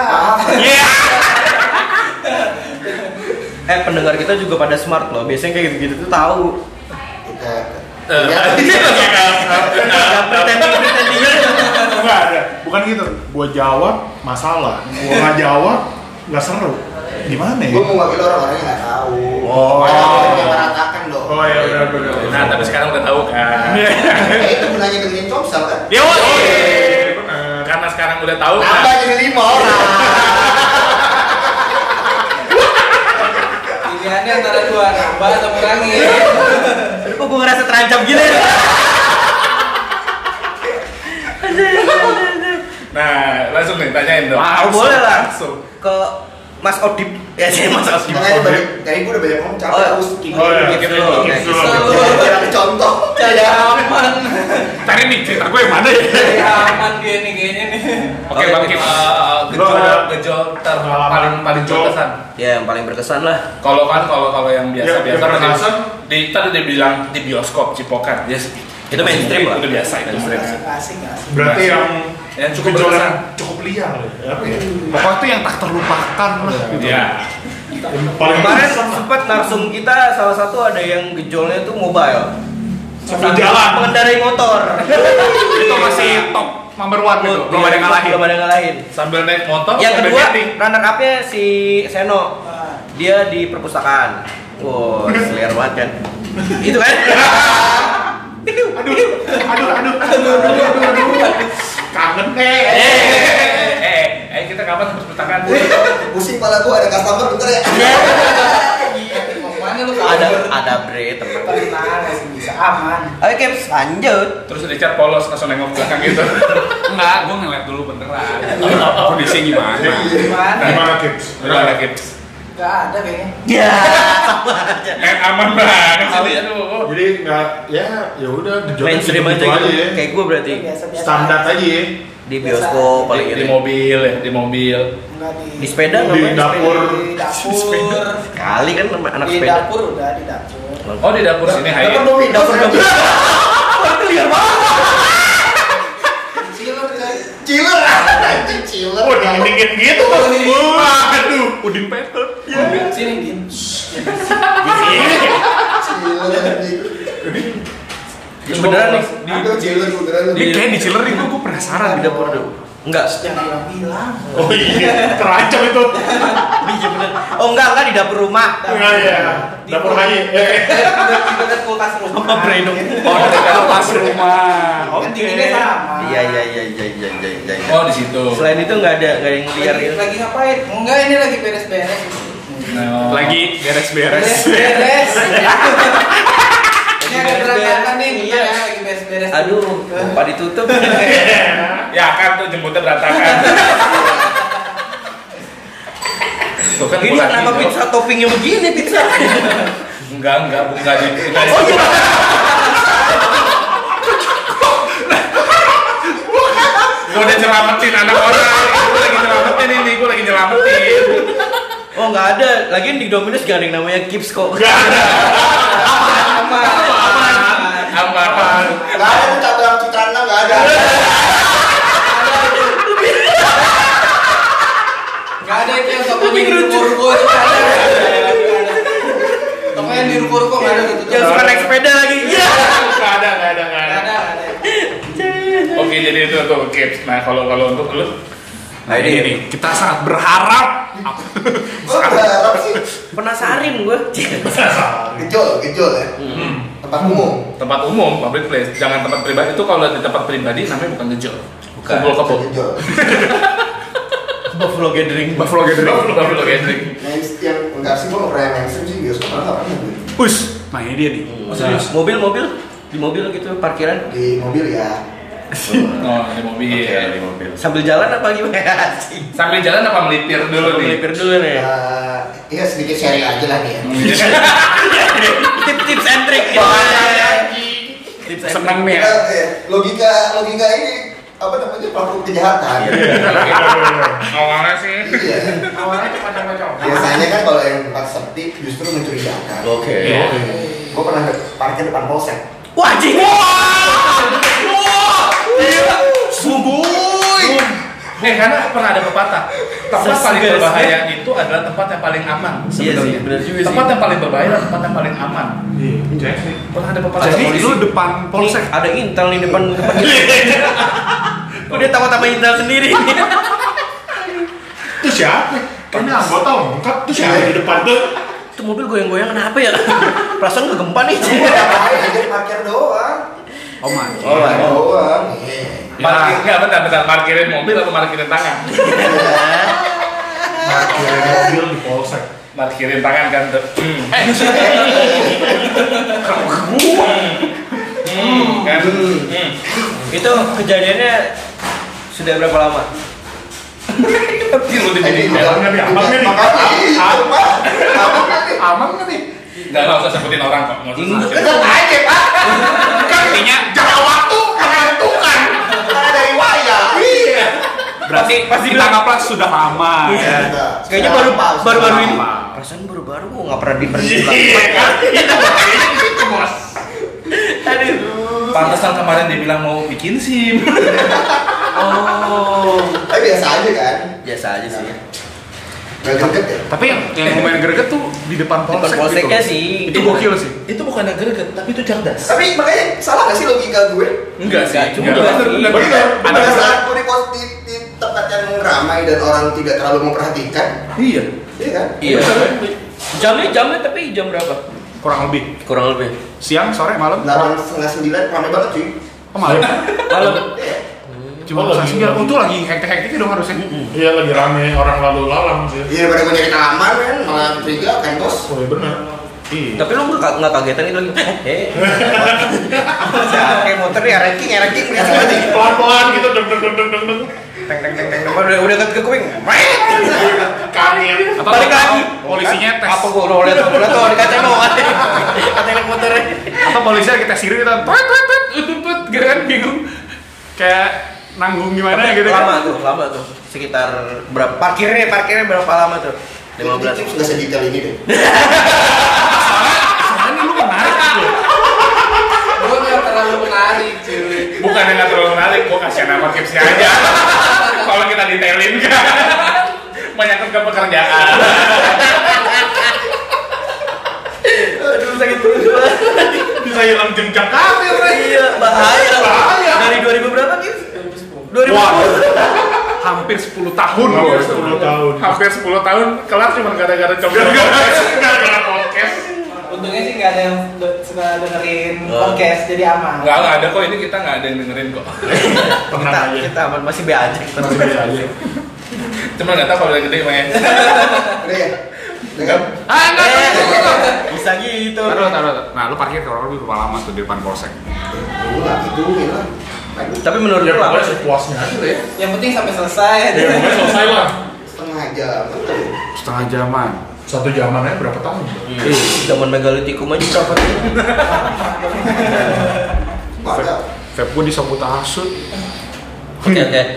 Pendengar kita juga pada smart loh. Biasanya kayak gitu-gitu tuh tahu. Iya. Gak pretending. Enggak ada. Bukan gitu. Gua jawab masalah. Gua nggak jawab nggak seru. Gimana ya? Gua mau wakil orang-orangnya nggak tahu. Oh. Yang meratakan dong. Oh ya benar. Nah tapi sekarang udah tahu kan. Itu gunanya dengerin Comsel kan? Ya Karena sekarang udah tahu Nambah kan. jadi 5 orang. Pilihannya antara dua, nambah atau kurangin. Kok gue ngerasa terancam gini ya? Nah langsung nih tanyain dong. Boleh lah. Langsung. Ke Mas Odip. Ya sih Mas Odip. Makanya tadi gua udah banyak ngomong capek Oh, harus gini. Oh ya. Kips dulu. Kips Oke. dulu. Biar ada contoh. Cari aman. Tadi nih cerita gue yang mana ya? Cari aman dia nih kayaknya nih. Oke bang Kim. Gejol paling berkesan. Ya yang paling berkesan lah. Kalau yang biasa Ya, yang kan berkesan. tadi dia bilang di bioskop Cipokan. Yes. Itu mainstream lah. Udah biasa itu. Asik. Berarti Yang cukup gejol berkesan. yang cukup liar ya. Apa ya? Pokoknya itu yang tak terlupakan lah gitu. Iya. Yang paling Kemarin berkesan. sempat narsum kita salah satu ada yang gejolnya tuh mobile. Sambil jalan. Mengendarai motor. Itu masih top number one gitu. Belum ada yang ngalahin. Belum ada yang ngalahin. Sambil naik motor. Yang sambil kedua, getting. runner up-nya si Seno. Dia di perpustakaan. Wow, liar banget kan. Itu kan. Aduh. Kangen Kita kapan ke perpustakaan? Pusing pala gua ada customer bentar ya. Mau kemana lu? Ada bre teman. Tenang, masih bisa aman. Oke, Kips, lanjut. Terus Richard polos langsung nengok belakang gitu. Enggak, gue ngeliat dulu beneran. Kondisi gimana? Gimana? Gimana Kips? Gimana Kips? Gak ada kayaknya. Ya, sama aja. Aman banget sih. Aduh. Jadi nggak ya udah gejolnya Mainstream gitu aja gitu. ya. Kayak gue berarti Biasa-biasa. Standar aja ya. di bioskop paling Di ini. mobil ya, di mobil. Enggak Di sepeda Di ngapain? dapur. Di dapur. Kali kan anak Di sepeda. dapur udah di dapur. Oh di dapur sini Haye. Dapur dong, Dapur dapur. Itu liar banget. Cilur kan. Chiller. Chiller. Oh, dingin gitu. Waduh. Udin Peter. Sini Din. Beneran nih. Aduh, Ciler beneran. Ini kayak di Ciler itu gue penasaran di dapur tuh. Enggak. Jangan bilang. Oh iya, terancam itu. Iya bener. Oh enggak di dapur rumah. Enggak ya. Dapur Haji. Di dekat kulkas rumah. Sama Breno. Oh, dekat pas rumah. Kan dinginnya sama. Iya. Oh, di situ. Selain itu enggak ada yang liar gitu. Lagi ngapain? Enggak, ini lagi beres-beres. Nah, Lagi beres-beres. Beres-beres. Ini ada berantakan nih, Iya. ya, lagi beres-beres. Aduh, lupa ditutup. ya kan tuh jemputnya berantakan. Tuh kan Ini gua kenapa lagi, pizza toppingnya begini pizza? Enggak di. Oh iya. Gue udah nyelamatin anak orang. Gue lagi nyelamatin ini, gue lagi nyelamatin. Oh nggak ada. Lagian di Domino's gak ada yang namanya Kips kok. Enggak ada. Aman. Aman. Nggak ada tuh cabang Citrana, nggak ada. Nggak ada itu yang toko di ruko-ruko itu nggak ada. Toko yang di ruko-ruko nggak ada gitu. Yang suka naik sepeda lagi. Iya. Enggak ada. Nggak ada. Oke, jadi itu tuh Kips. Nah, kalau untuk lu Nah ini nih, kita sangat berharap. Gue berharap sih Penasarin gue. gejol ya. Tempat umum. tempat umum, public place, jangan tempat pribadi. Itu kalau di tempat pribadi namanya bukan ngejol. Bukan. Kumpul kebo. Gejol. Buffalo Gathering. Buffalo Gathering. Buffalo gathering. Yang enggak sih, gue nggak pernah yang mainstream sih, bioskop malah nggak pernah gue. Us, nah ini dia nih. Serius? Mobil di mobil gitu parkiran. Di mobil ya. Oh, di mobil. Oke, di mobil. Sambil jalan apa gimana sih? Sambil jalan apa melipir dulu nih? Melipir dulu nih. Iya sedikit sharing aja lah nih ya. Tips and trick. Tips and Seneng trick. nih ya. Logika ini apa namanya, pelaku kejahatan. Awalnya sih. Iya. Awalnya cuma coba-coba. Biasanya kan kalau yang tempat sepi justru mencurigakan. Oke. Gue pernah parkir depan polsek. Wah, anjing. Gila. Sungguh. Karena pernah ada pepatah, tempat paling Sesegas, berbahaya itu adalah tempat yang paling aman. Iya sebenarnya. sih, benar juga sih. Tempat yang paling berbahaya adalah tempat yang paling aman. Iya, Pernah ada pepatah. Jadi polisi. lu depan polsek. Nih, ada Intel nih depan. Udah tahu-tahu Intel sendiri. Itu siapa? Kayaknya anggota lengkap tuh siapa di depan tuh? Itu mobil goyang-goyang kenapa ya? Perasaan gak gempa nih. Ngapain aja parkir doang. Oh my. Parkir doang. Parkir, enggak, bentar, parkirin mobil atau parkirin tangan? Parkirin mobil di polsek. Parkirin tangan kan tuh. Kan? Itu kejadiannya sudah berapa lama? Lu di Aman nggak nih? Aman nggak nih? Aman nggak nih? Nggak usah sebutin orang kok. Nggak usah sebutin. Enggak aja, Pak. Kan intinya Jaga waktu menentukan. Karena dari wayang. Iya. berarti pasti kita anggaplah sudah lama. Iya. Ya. Kayaknya baru-baru ini. Perasaan baru-baru kok nggak pernah diberhenti. Itu bos. Aduh. Pantesan kemarin dia bilang mau bikin SIM. Oh. Tapi biasa aja kan. Biasa aja sih. Gak greget ya. Tapi yang lumayan greget tuh di depan Depan polsek. polseknya gitu. sih. Itu gokil sih. Itu bukan greget, tapi itu cerdas. Tapi makanya salah gak sih logika gue? Enggak sih. Cuma Enggak. bener. Pada saat gue di tempat yang ramai dan orang tidak terlalu memperhatikan, Iya. iya kan? Iya. Jamnya tapi jam berapa? Kurang lebih. Kurang lebih. Siang, sore, malam. 8:30, 9 ramai banget cuy. Oh malam. Malam. Iya. Cuma Oh, lagi lagi. untuk lagi hektik-hektiknya dong harusnya. Iya, lagi rame orang lalu lalang sih. Iya, pada gue nyari kamar kan, malah curiga kan bos. Oh iya benar. Iya. Tapi lu nggak kagetan itu lagi? Kayak motor ya ranking Pelan-pelan gitu, deng. Teng. Udah ke kuing. Karir. Atau Balik lagi. polisinya tes. Apa gua udah lihat tuh di kaca mau kata naik motornya. Atau polisinya kita siri kita tut gitu kan bingung. Kayak nanggung gimana gitu kan. Lama tuh. Sekitar berapa parkirnya berapa lama tuh? 15. Tips nggak sedetail ini deh. Soalnya lu menarik gitu. Gue nggak terlalu menarik cuy. Bukan yang nggak terlalu menarik, gua kasih nama tipsnya aja. Kalau kita detailin kan, menyangkut ke pekerjaan. sakit perut gua. Bisa hilang jejak karir. Iya, bahaya. Dari 2000 berapa, Kim? 2000. Wah, hampir 10 tahun Hampir loh. 10 tahun. Hampir 10 tahun kelar cuma gara-gara coba Gara-gara podcast. Untungnya sih nggak ada yang suka dengerin podcast, jadi aman. Nggak ada kok, ini kita nggak ada yang dengerin kok. Tenang aja. Kita aman, masih be aja. Masih biasa aja. Cuma nggak tahu kalau udah gede main. Udah ya? Udah kan? Enggak. Bisa gitu. Taruh. Nah, lu parkir kalau lebih berapa lama tuh di depan polsek? Dulu lah, gitu lah. Tapi menurut Ya gua pokoknya sepuasnya aja lah ya. Yang penting sampai selesai. Ya pokoknya selesai lah. Setengah jam. Setengah jaman. Satu jaman aja berapa tahun? zaman megalitikum aja berapa tuh? Ada. Vape gua disambut hasut. Oke.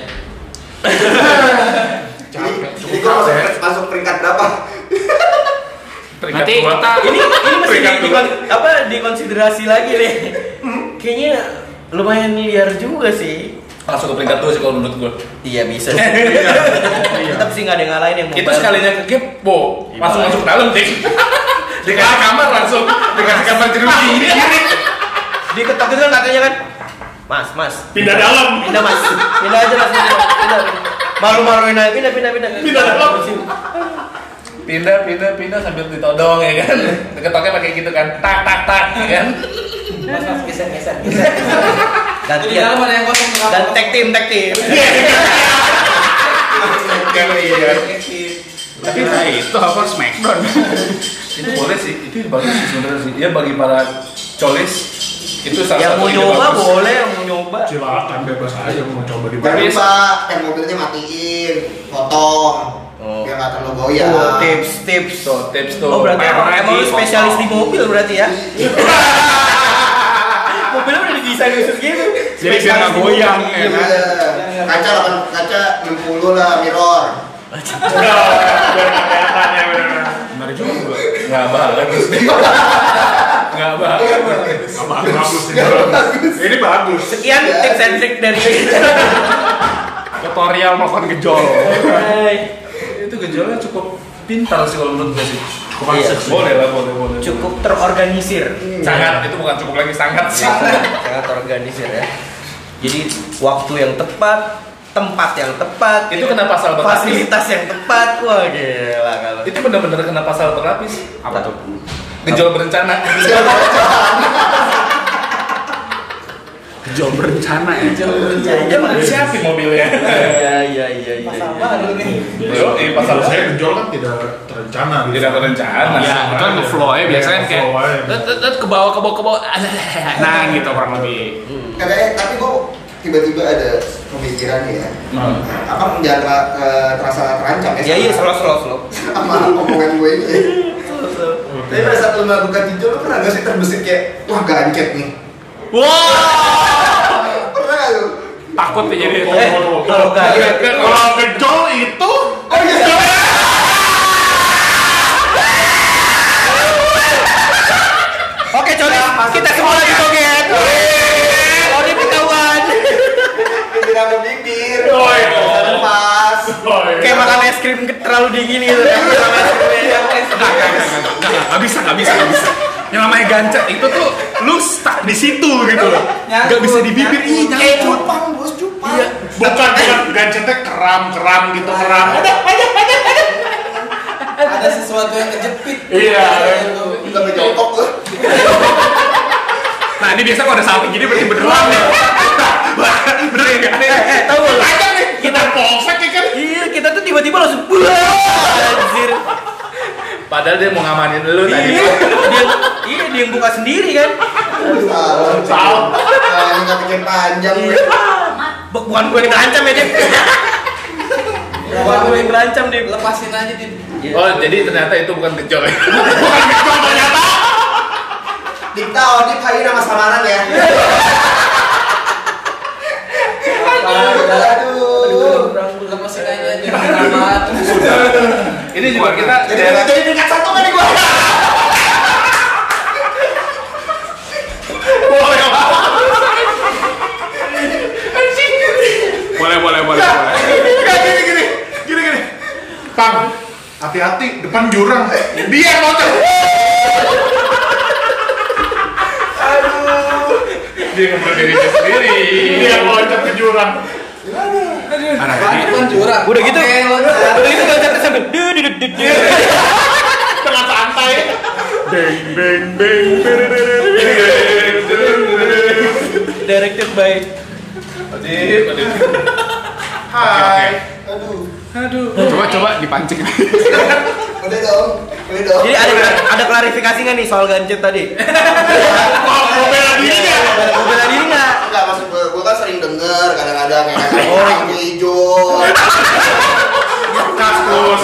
Jadi kalau masuk peringkat berapa? Peringkat Nanti dua. kita Ini masih Peringkat dikonsiderasi lagi nih. Kayaknya lumayan liar juga sih. Langsung ke peringkat 2 sih kalau menurut gue. Iya bisa. Tetap sih nggak ada yang ngalahin yang Itu mobile. sekalinya ke game, bo, langsung masuk ke dalam deh. Dikasih kamar langsung, dikasih kamar jeruji. Diketok itu kan katanya kan, Mas. Pindah dalam. Pindah Mas. Pindah aja Mas. Pindah. Malu-maluin aja. Pindah. Pindah dalam. Pindah sambil ditodong ya kan. Ketoknya pakai gitu kan, tak ya kan. Mas geser. Ganti Di dalam ada yang kosong. dan tag team. Tapi nah itu apa Smackdown? Itu boleh sih, itu bagus sih sebenarnya sih. Ya bagi para colis itu salah Yang satu mau ide nyoba bagus. boleh, yang mau nyoba. Silakan bebas aja mau coba di Jangan lupa yang mobilnya matiin, potong, biar nggak terlalu goyang. Oh, tips. Tuh, tips tuh. Oh berarti Pernah emang lu di spesialis foto. di mobil berarti ya? Mobilnya udah didesain khusus gitu. Jadi biar nggak goyang ya Iya, kan? kaca 60 lah mirror. biar nggak kelihatan ya benar. Benar juga. Nggak bagus. Nggak bagus. Bagus ini bagus. Sekian tips and trick dari Tutorial melakukan gejol. Itu gejolnya cukup pintar sih kalau menurut gue sih. Cukup Iya. asik sih. Boleh lah, boleh. cukup terorganisir. Sangat, itu bukan cukup lagi sangat sih. Sangat terorganisir ya. Jadi waktu yang tepat, tempat yang tepat, Itu kena pasal berlapis. fasilitas yang tepat. Wah gila kalau. Itu benar-benar kena pasal berlapis. Apa tuh? Gejol berencana. Gejol berencana ya. Dia mau siapin mobilnya. Iya. Pasal baru nih. Yo, pasal Saya gejol kan tidak terencana. tidak berencana. Iya, itu kan nge-flow ya biasanya Iya, kayak nge-flow aja. ke bawah. Nah, gitu kurang lebih. Tapi gue tiba-tiba ada pemikiran ya. Apa jangan terasa terancam ya? Iya slow. Sama omongan gue ini. Tapi pada saat lu melakukan hijau, lu pernah gak sih terbesit kayak, wah gancet nih? Wah, Pernah gak lu? takut ya jadi. Kalau kaget, Kalau gejol itu Oh iya. oke coba kita semua lagi joget. Oh ini ketahuan. Bibir sama bibir. Oh, iya. Pas. Kayak makan es krim terlalu dingin gitu. Nggak bisa. Yang namanya gancet itu tuh lu stuck di situ gitu loh. Nggak bisa di bibir, ih nyangkut. Cupang bos, cupang. Iya. bukan gancetnya keram gitu keram. Ada sesuatu yang kejepit. Iya. Udah berjongkok lu. Nah ini biasa kalau ada samping gini berarti beneran ya. Bener ya nggak? Tahu nggak? Aja nih kita polsek ya kan. Iya kita tuh tiba-tiba langsung anjir. Padahal dia mau ngamanin lu tadi. Dia yang buka sendiri kan. Salah. Ini nggak pikir panjang. Bukan gue yang terancam ya Dip. Bukan gue yang terancam Dip. Lepasin aja di. Oh, jadi ternyata itu bukan gejol. Dipta, Odip, hari nama samaran ya. Aduh. Lepasin aja di rapat. Ini juga kita Jadi tingkat satu kan nih gua. Boleh. Gini. Pang, hati-hati depan jurang. Dia yang loncat. Dia ngebunuh dirinya sendiri. Dia loncat ke jurang. Bukan jurang. Udah gitu. Oke, Udah gitu loncatnya sambil Tengah santai. Beng beng beng. directed by Adip. Hai. Aduh. Coba dipancing. Udah dong. Jadi ada klarifikasi nggak nih soal gancet tadi? Mau bela diri nggak? Mau bela diri nggak? Enggak, maksud gue kan sering denger kadang-kadang yang Oh, lampu hijau. Kaskus.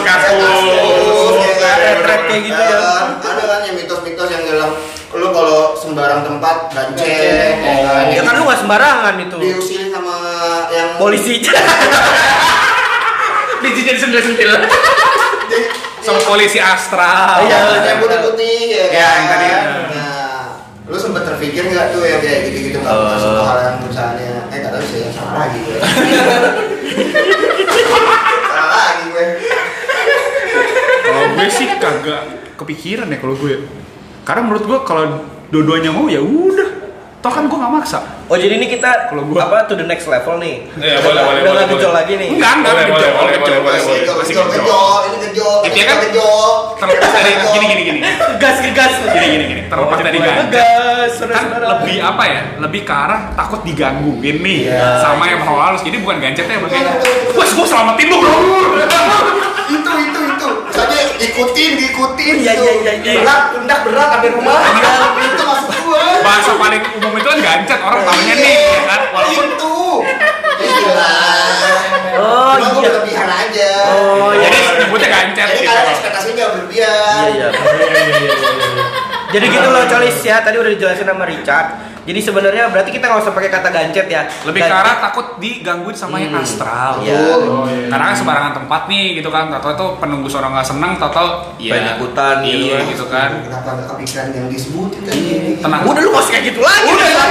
Red kayak gitu ya. Ada kan yang mitos-mitos yang bilang lu kalau sembarang tempat gancet, ya kan? Ya kan lu nggak sembarangan itu. Diusilin sama yang Polisi. Dijijikin sentil-sentil. Sama polisi astral. Iya, yang putih-putih ya kan? Ya, yang tadi. Nah, lu sempet terpikir nggak tuh ya kayak gitu-gitu kalau masuk ke hal yang misalnya nggak tahu sih yang salah lagi gue. Salah lagi gue. Kalau gue sih kagak kepikiran ya kalau gue. Karena menurut gue kalau dua-duanya mau ya udah. Toh kan gue nggak maksa. Oh jadi ini kita Kalau gua- apa to the next level nih? Iya, boleh. Udah nggak gejol lagi nih. Enggak Boleh, gejol, boleh, gejol, boleh. masih Gejol, gejol. ini gejol. Intinya kan Gejol. terlepas dari gini. Gas gas. Gini. Terlepas dari gancet. Gas. Kan lebih apa ya? Lebih ke arah takut digangguin nih Iya. sama yang mau halus. Jadi bukan gancetnya makanya. Wes gue selamatin lu bro. Itu. Misalnya ikutin Iya, gitu. iya. Berat, pundak berat sampai rumah. Itu maksud gua. Bahasa paling umum itu kan gancet. Orang tahunya nih ya kan. Walaupun Itu. Gila. Oh, Cuma gua iya. berlebihan aja. Oh, iya. jadi nyebutnya gancet Jadi gitu. kalian ekspektasinya jangan berlebihan. Iya. Jadi gitu loh Colis ya, tadi udah dijelasin sama Richard. Jadi sebenarnya berarti kita nggak usah pakai kata gancet ya. Lebih ke arah takut digangguin sama yang astral. Iya. Karena kan sembarangan tempat nih gitu kan. Tahu itu penunggu seorang nggak seneng, tahu Banyak ikutan gitu iya kan. gitu kan. Kenapa nggak kepikiran yang disebutin tadi? Tenang. Udah lu masih kayak gitu lagi.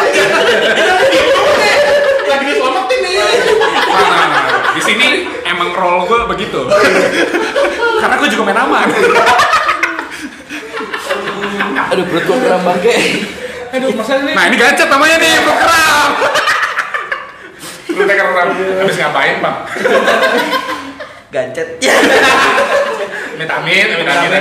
Lagi diselamatin nih. Nah, di sini emang role gue begitu. Karena gue juga main aman. Aduh perut gua kram bangke. Aduh, masalah nih. Nah ini gancet namanya nih, bro keram. Lu teker orang habis ngapain, Bang? Gancet. Vitamin.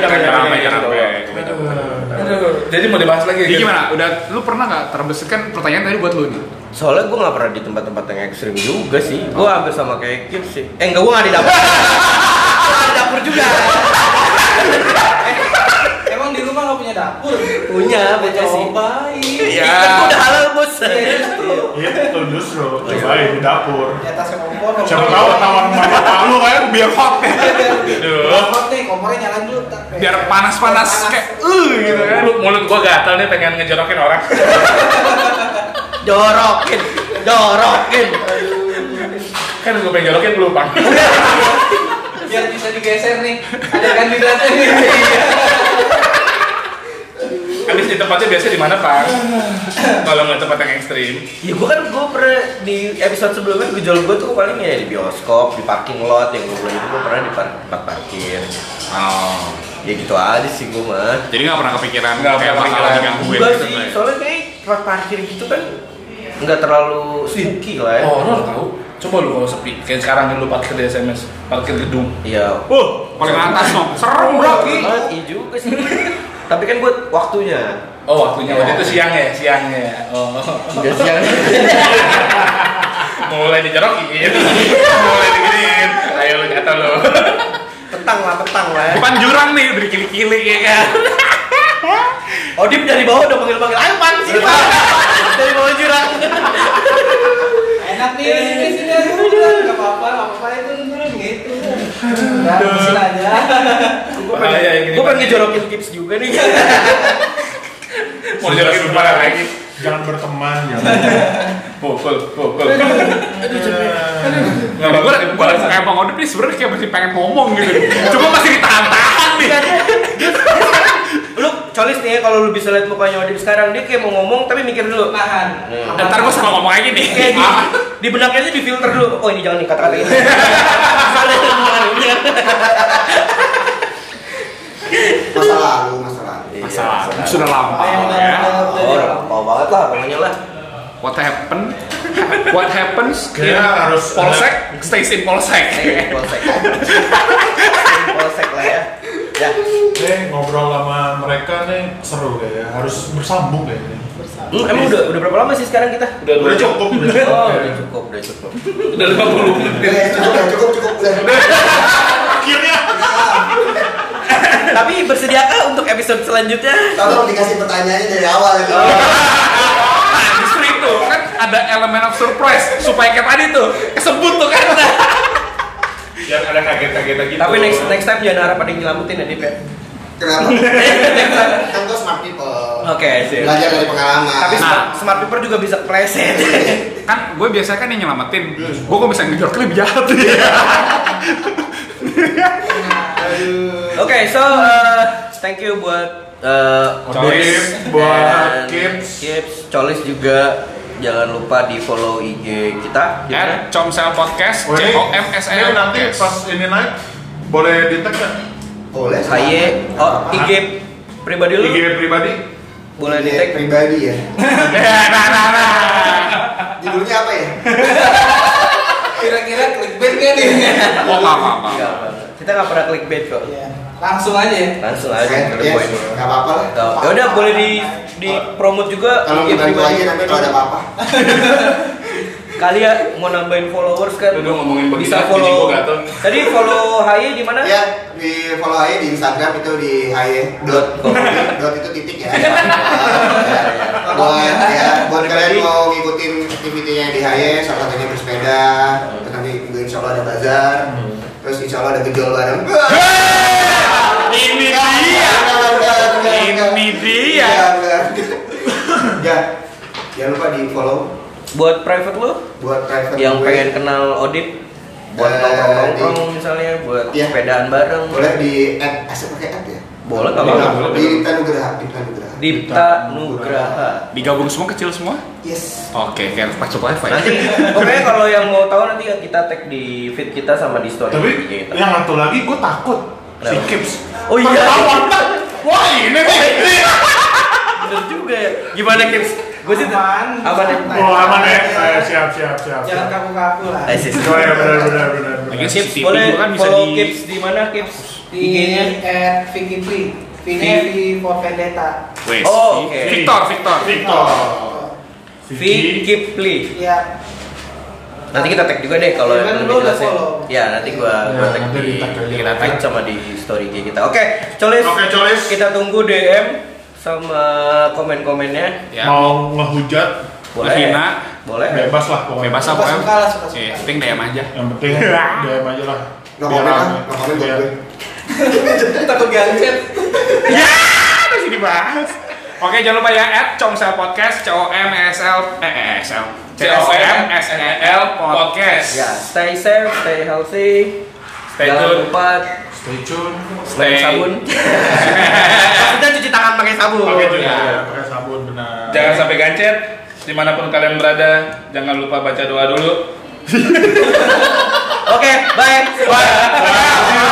Aduh, jadi mau dibahas lagi Jadi gitu? gimana? Udah lu pernah nggak terbesit kan pertanyaan tadi buat lu nih? Soalnya gue nggak pernah di tempat-tempat yang ekstrim juga sih. Gue hampir sama kayak Kim sih. Enggak, gue nggak di dapur. Gua nggak di dapur juga. Emang di rumah nggak punya dapur? Punya, punya sih. Cobain. Iya. Ikan gua udah halal bos. Itu justru. Cobain di dapur. Di atas kompor. Siapa tahu ketahuan mama lu kayak Biar hot ya. Biar hot nih, kompornya nyalain dulu. Biar panas-panas kayak gitu kan. Mulut gua gatal nih pengen ngejorokin orang. Jorokin. Kan gua pengen jorokin lu, Bang. Biar bisa digeser nih. Ada kandidatnya nih. Habis di tempatnya biasa di mana, Pak? Kalau nggak tempat yang ekstrim. Ya gue pernah di episode sebelumnya gejol gue tuh paling ya di bioskop, di parking lot yang gue bilang itu gue pernah di tempat parkir. Oh. Ya gitu aja sih gue mah. Jadi nggak pernah kepikiran Nggak kayak pernah bakal kepikiran. digangguin Enggak gitu sih, Mbak? soalnya kayak tempat parkir gitu kan nggak terlalu spooky lah ya. Horor tahu. Coba lu kalau sepi, kayak sekarang nih lu parkir di SMS, parkir gedung. Iya. Paling atas dong. Serem bro. Iya juga sih. Tapi kan buat waktunya. Oh, waktunya waktu itu siangnya. Oh. Udah siang. Mulai dijorokin. Mulai diginiin. Ayo lu jatuh lu. Petang lah ya. Depan jurang nih udah kili-kili ya kan. Odip dari bawah udah panggil-panggil, ayo pan sini pan. Dari bawah jurang. Enak nih di sini nggak apa-apa itu gitu. Udah habisin aja. Gue pengen ngejorokin tips juga nih. Mau dijorokin gimana lagi? Jangan berteman, Pukul. Nah, gue kayak Bang Odip nih sebenarnya kayak masih pengen ngomong gitu. Cuma masih ditahan-tahan nih. Lu Colis nih ya, kalau lu bisa lihat mukanya Odip sekarang, dia kayak mau ngomong tapi mikir dulu. Nahan. Dan ntar gue salah ngomong aja nih. Kayak di benaknya aja di filter dulu. Oh ini jangan nih kata-kata ini. Masa lalu. Masalah sudah lama Apa yang ya. Oh, udah lama banget lah pokoknya lah. What happens in Kayaknya harus polsek stays in polsek. Polsek. Polsek lah ya. Ya. Ngobrol sama mereka nih seru kayaknya, harus bersambung kayaknya. Emang udah berapa lama sih sekarang kita? Udah cukup. Oh, udah cukup. Udah 50 menit. Cukup udah. Akhirnya. Tapi bersediakah untuk episode selanjutnya? Tolong dikasih pertanyaannya dari awal gitu. Nah, justru itu kan ada elemen of surprise supaya kayak tadi tuh kesebut tuh kan. Biar ada kaget-kagetan gitu. Tapi next time jangan harap ada yang nyelamatin ya, Dip ya. Kenapa? Kan gue smart people. Oke, sip. Belajar dari pengalaman. Tapi smart people juga bisa preset. Kan gue biasanya kan yang nyelamatin. Gue kok bisa ngejar klip jahat. Oke, so thank you buat Colis, buat dan Kips. Colis juga. Jangan lupa di follow IG kita. @comsel podcast, Ini COMSL. nanti pas ini naik boleh di tag nggak? boleh. IG pribadi lu IG pribadi. boleh di tag. Pribadi ya. Nah. Judulnya apa ya? Kira-kira clickbait nggak nih? Oh, apa. Enggak, kita nggak pernah clickbait kok. Iya. Langsung aja ya. Langsung aja Yes, ke the point. nggak apa-apa lah. Ya udah boleh di promote juga Kalau IG kita bantu pribadi. aja nanti kalau ada apa-apa. Kali ya mau nambahin followers kan. Udah ngomongin begini, bisa jadi follow. gua gatel. Tadi follow Haye di mana? Ya, di follow aja di Instagram itu di dot itu titik ya. Buat kalian mau ngikutin aktivitinya di Haye, salah satunya bersepeda, terus nanti insya Allah ada bazar, terus insya Allah ada gejol bareng. Ini dia. Ya, jangan lupa di follow Buat private lu buat private yang gue. pengen kenal Odip buat nongkrong misalnya buat Iya. sepedaan bareng. Boleh di asal pakai app ya. Boleh nggak apa-apa. Di Dipta Nugraha. Dipta Nugraha. Digabung semua kecil semua? Yes. Oke, kayak pas coba wifi. Nanti pokoknya kalau yang mau tahu nanti kita tag di feed kita sama di story Tapi kita. yang satu lagi gue takut si Kenapa? Kips. Oh iya. Ketahuan. Wah ini nih. Bener juga ya. Gimana Kips? Gue sih Aman. aman ya. Oh aman ya. Siap. Jangan kaku-kaku lah. Asis. Oh ya benar. Lagi Kips CCTV boleh juga kan bisa follow di Kips di mana Kips? Di IG-nya? @Vicky V-nya V for Vendetta. Wes. Oh, oke. Victor. Vicky Pli. Iya. Nanti kita tag juga deh kalau Kan yang lu lebih udah jelas ya. follow. Ya nanti gua Ya, tag nanti di di-tag aja. kita tag sama di story IG kita. Oke, Colis. Oke, Colis. Kita tunggu DM sama komen-komennya. Ya. Mau ngehujat Boleh. Ngehina. Boleh. bebas lah pokoknya. Bebas apa ya? Suka lah, suka-suka. Iya, penting DM aja. Yang penting DM aja lah. No Biar comment lah, rame. no comment buat Biar- gue. Takut gancet. Ya, masih dibahas. Oke, jangan lupa ya @comsel podcast, COMSL podcast. Ya, stay safe, stay healthy. Stay Jangan tune. lupa Stay tune. pakai sabun. Maksudnya cuci tangan pakai sabun. Pakai juga. Ya. Pakai sabun benar. Jangan sampai gancet. Dimanapun kalian berada, jangan lupa baca doa dulu. Oke, bye. Bye.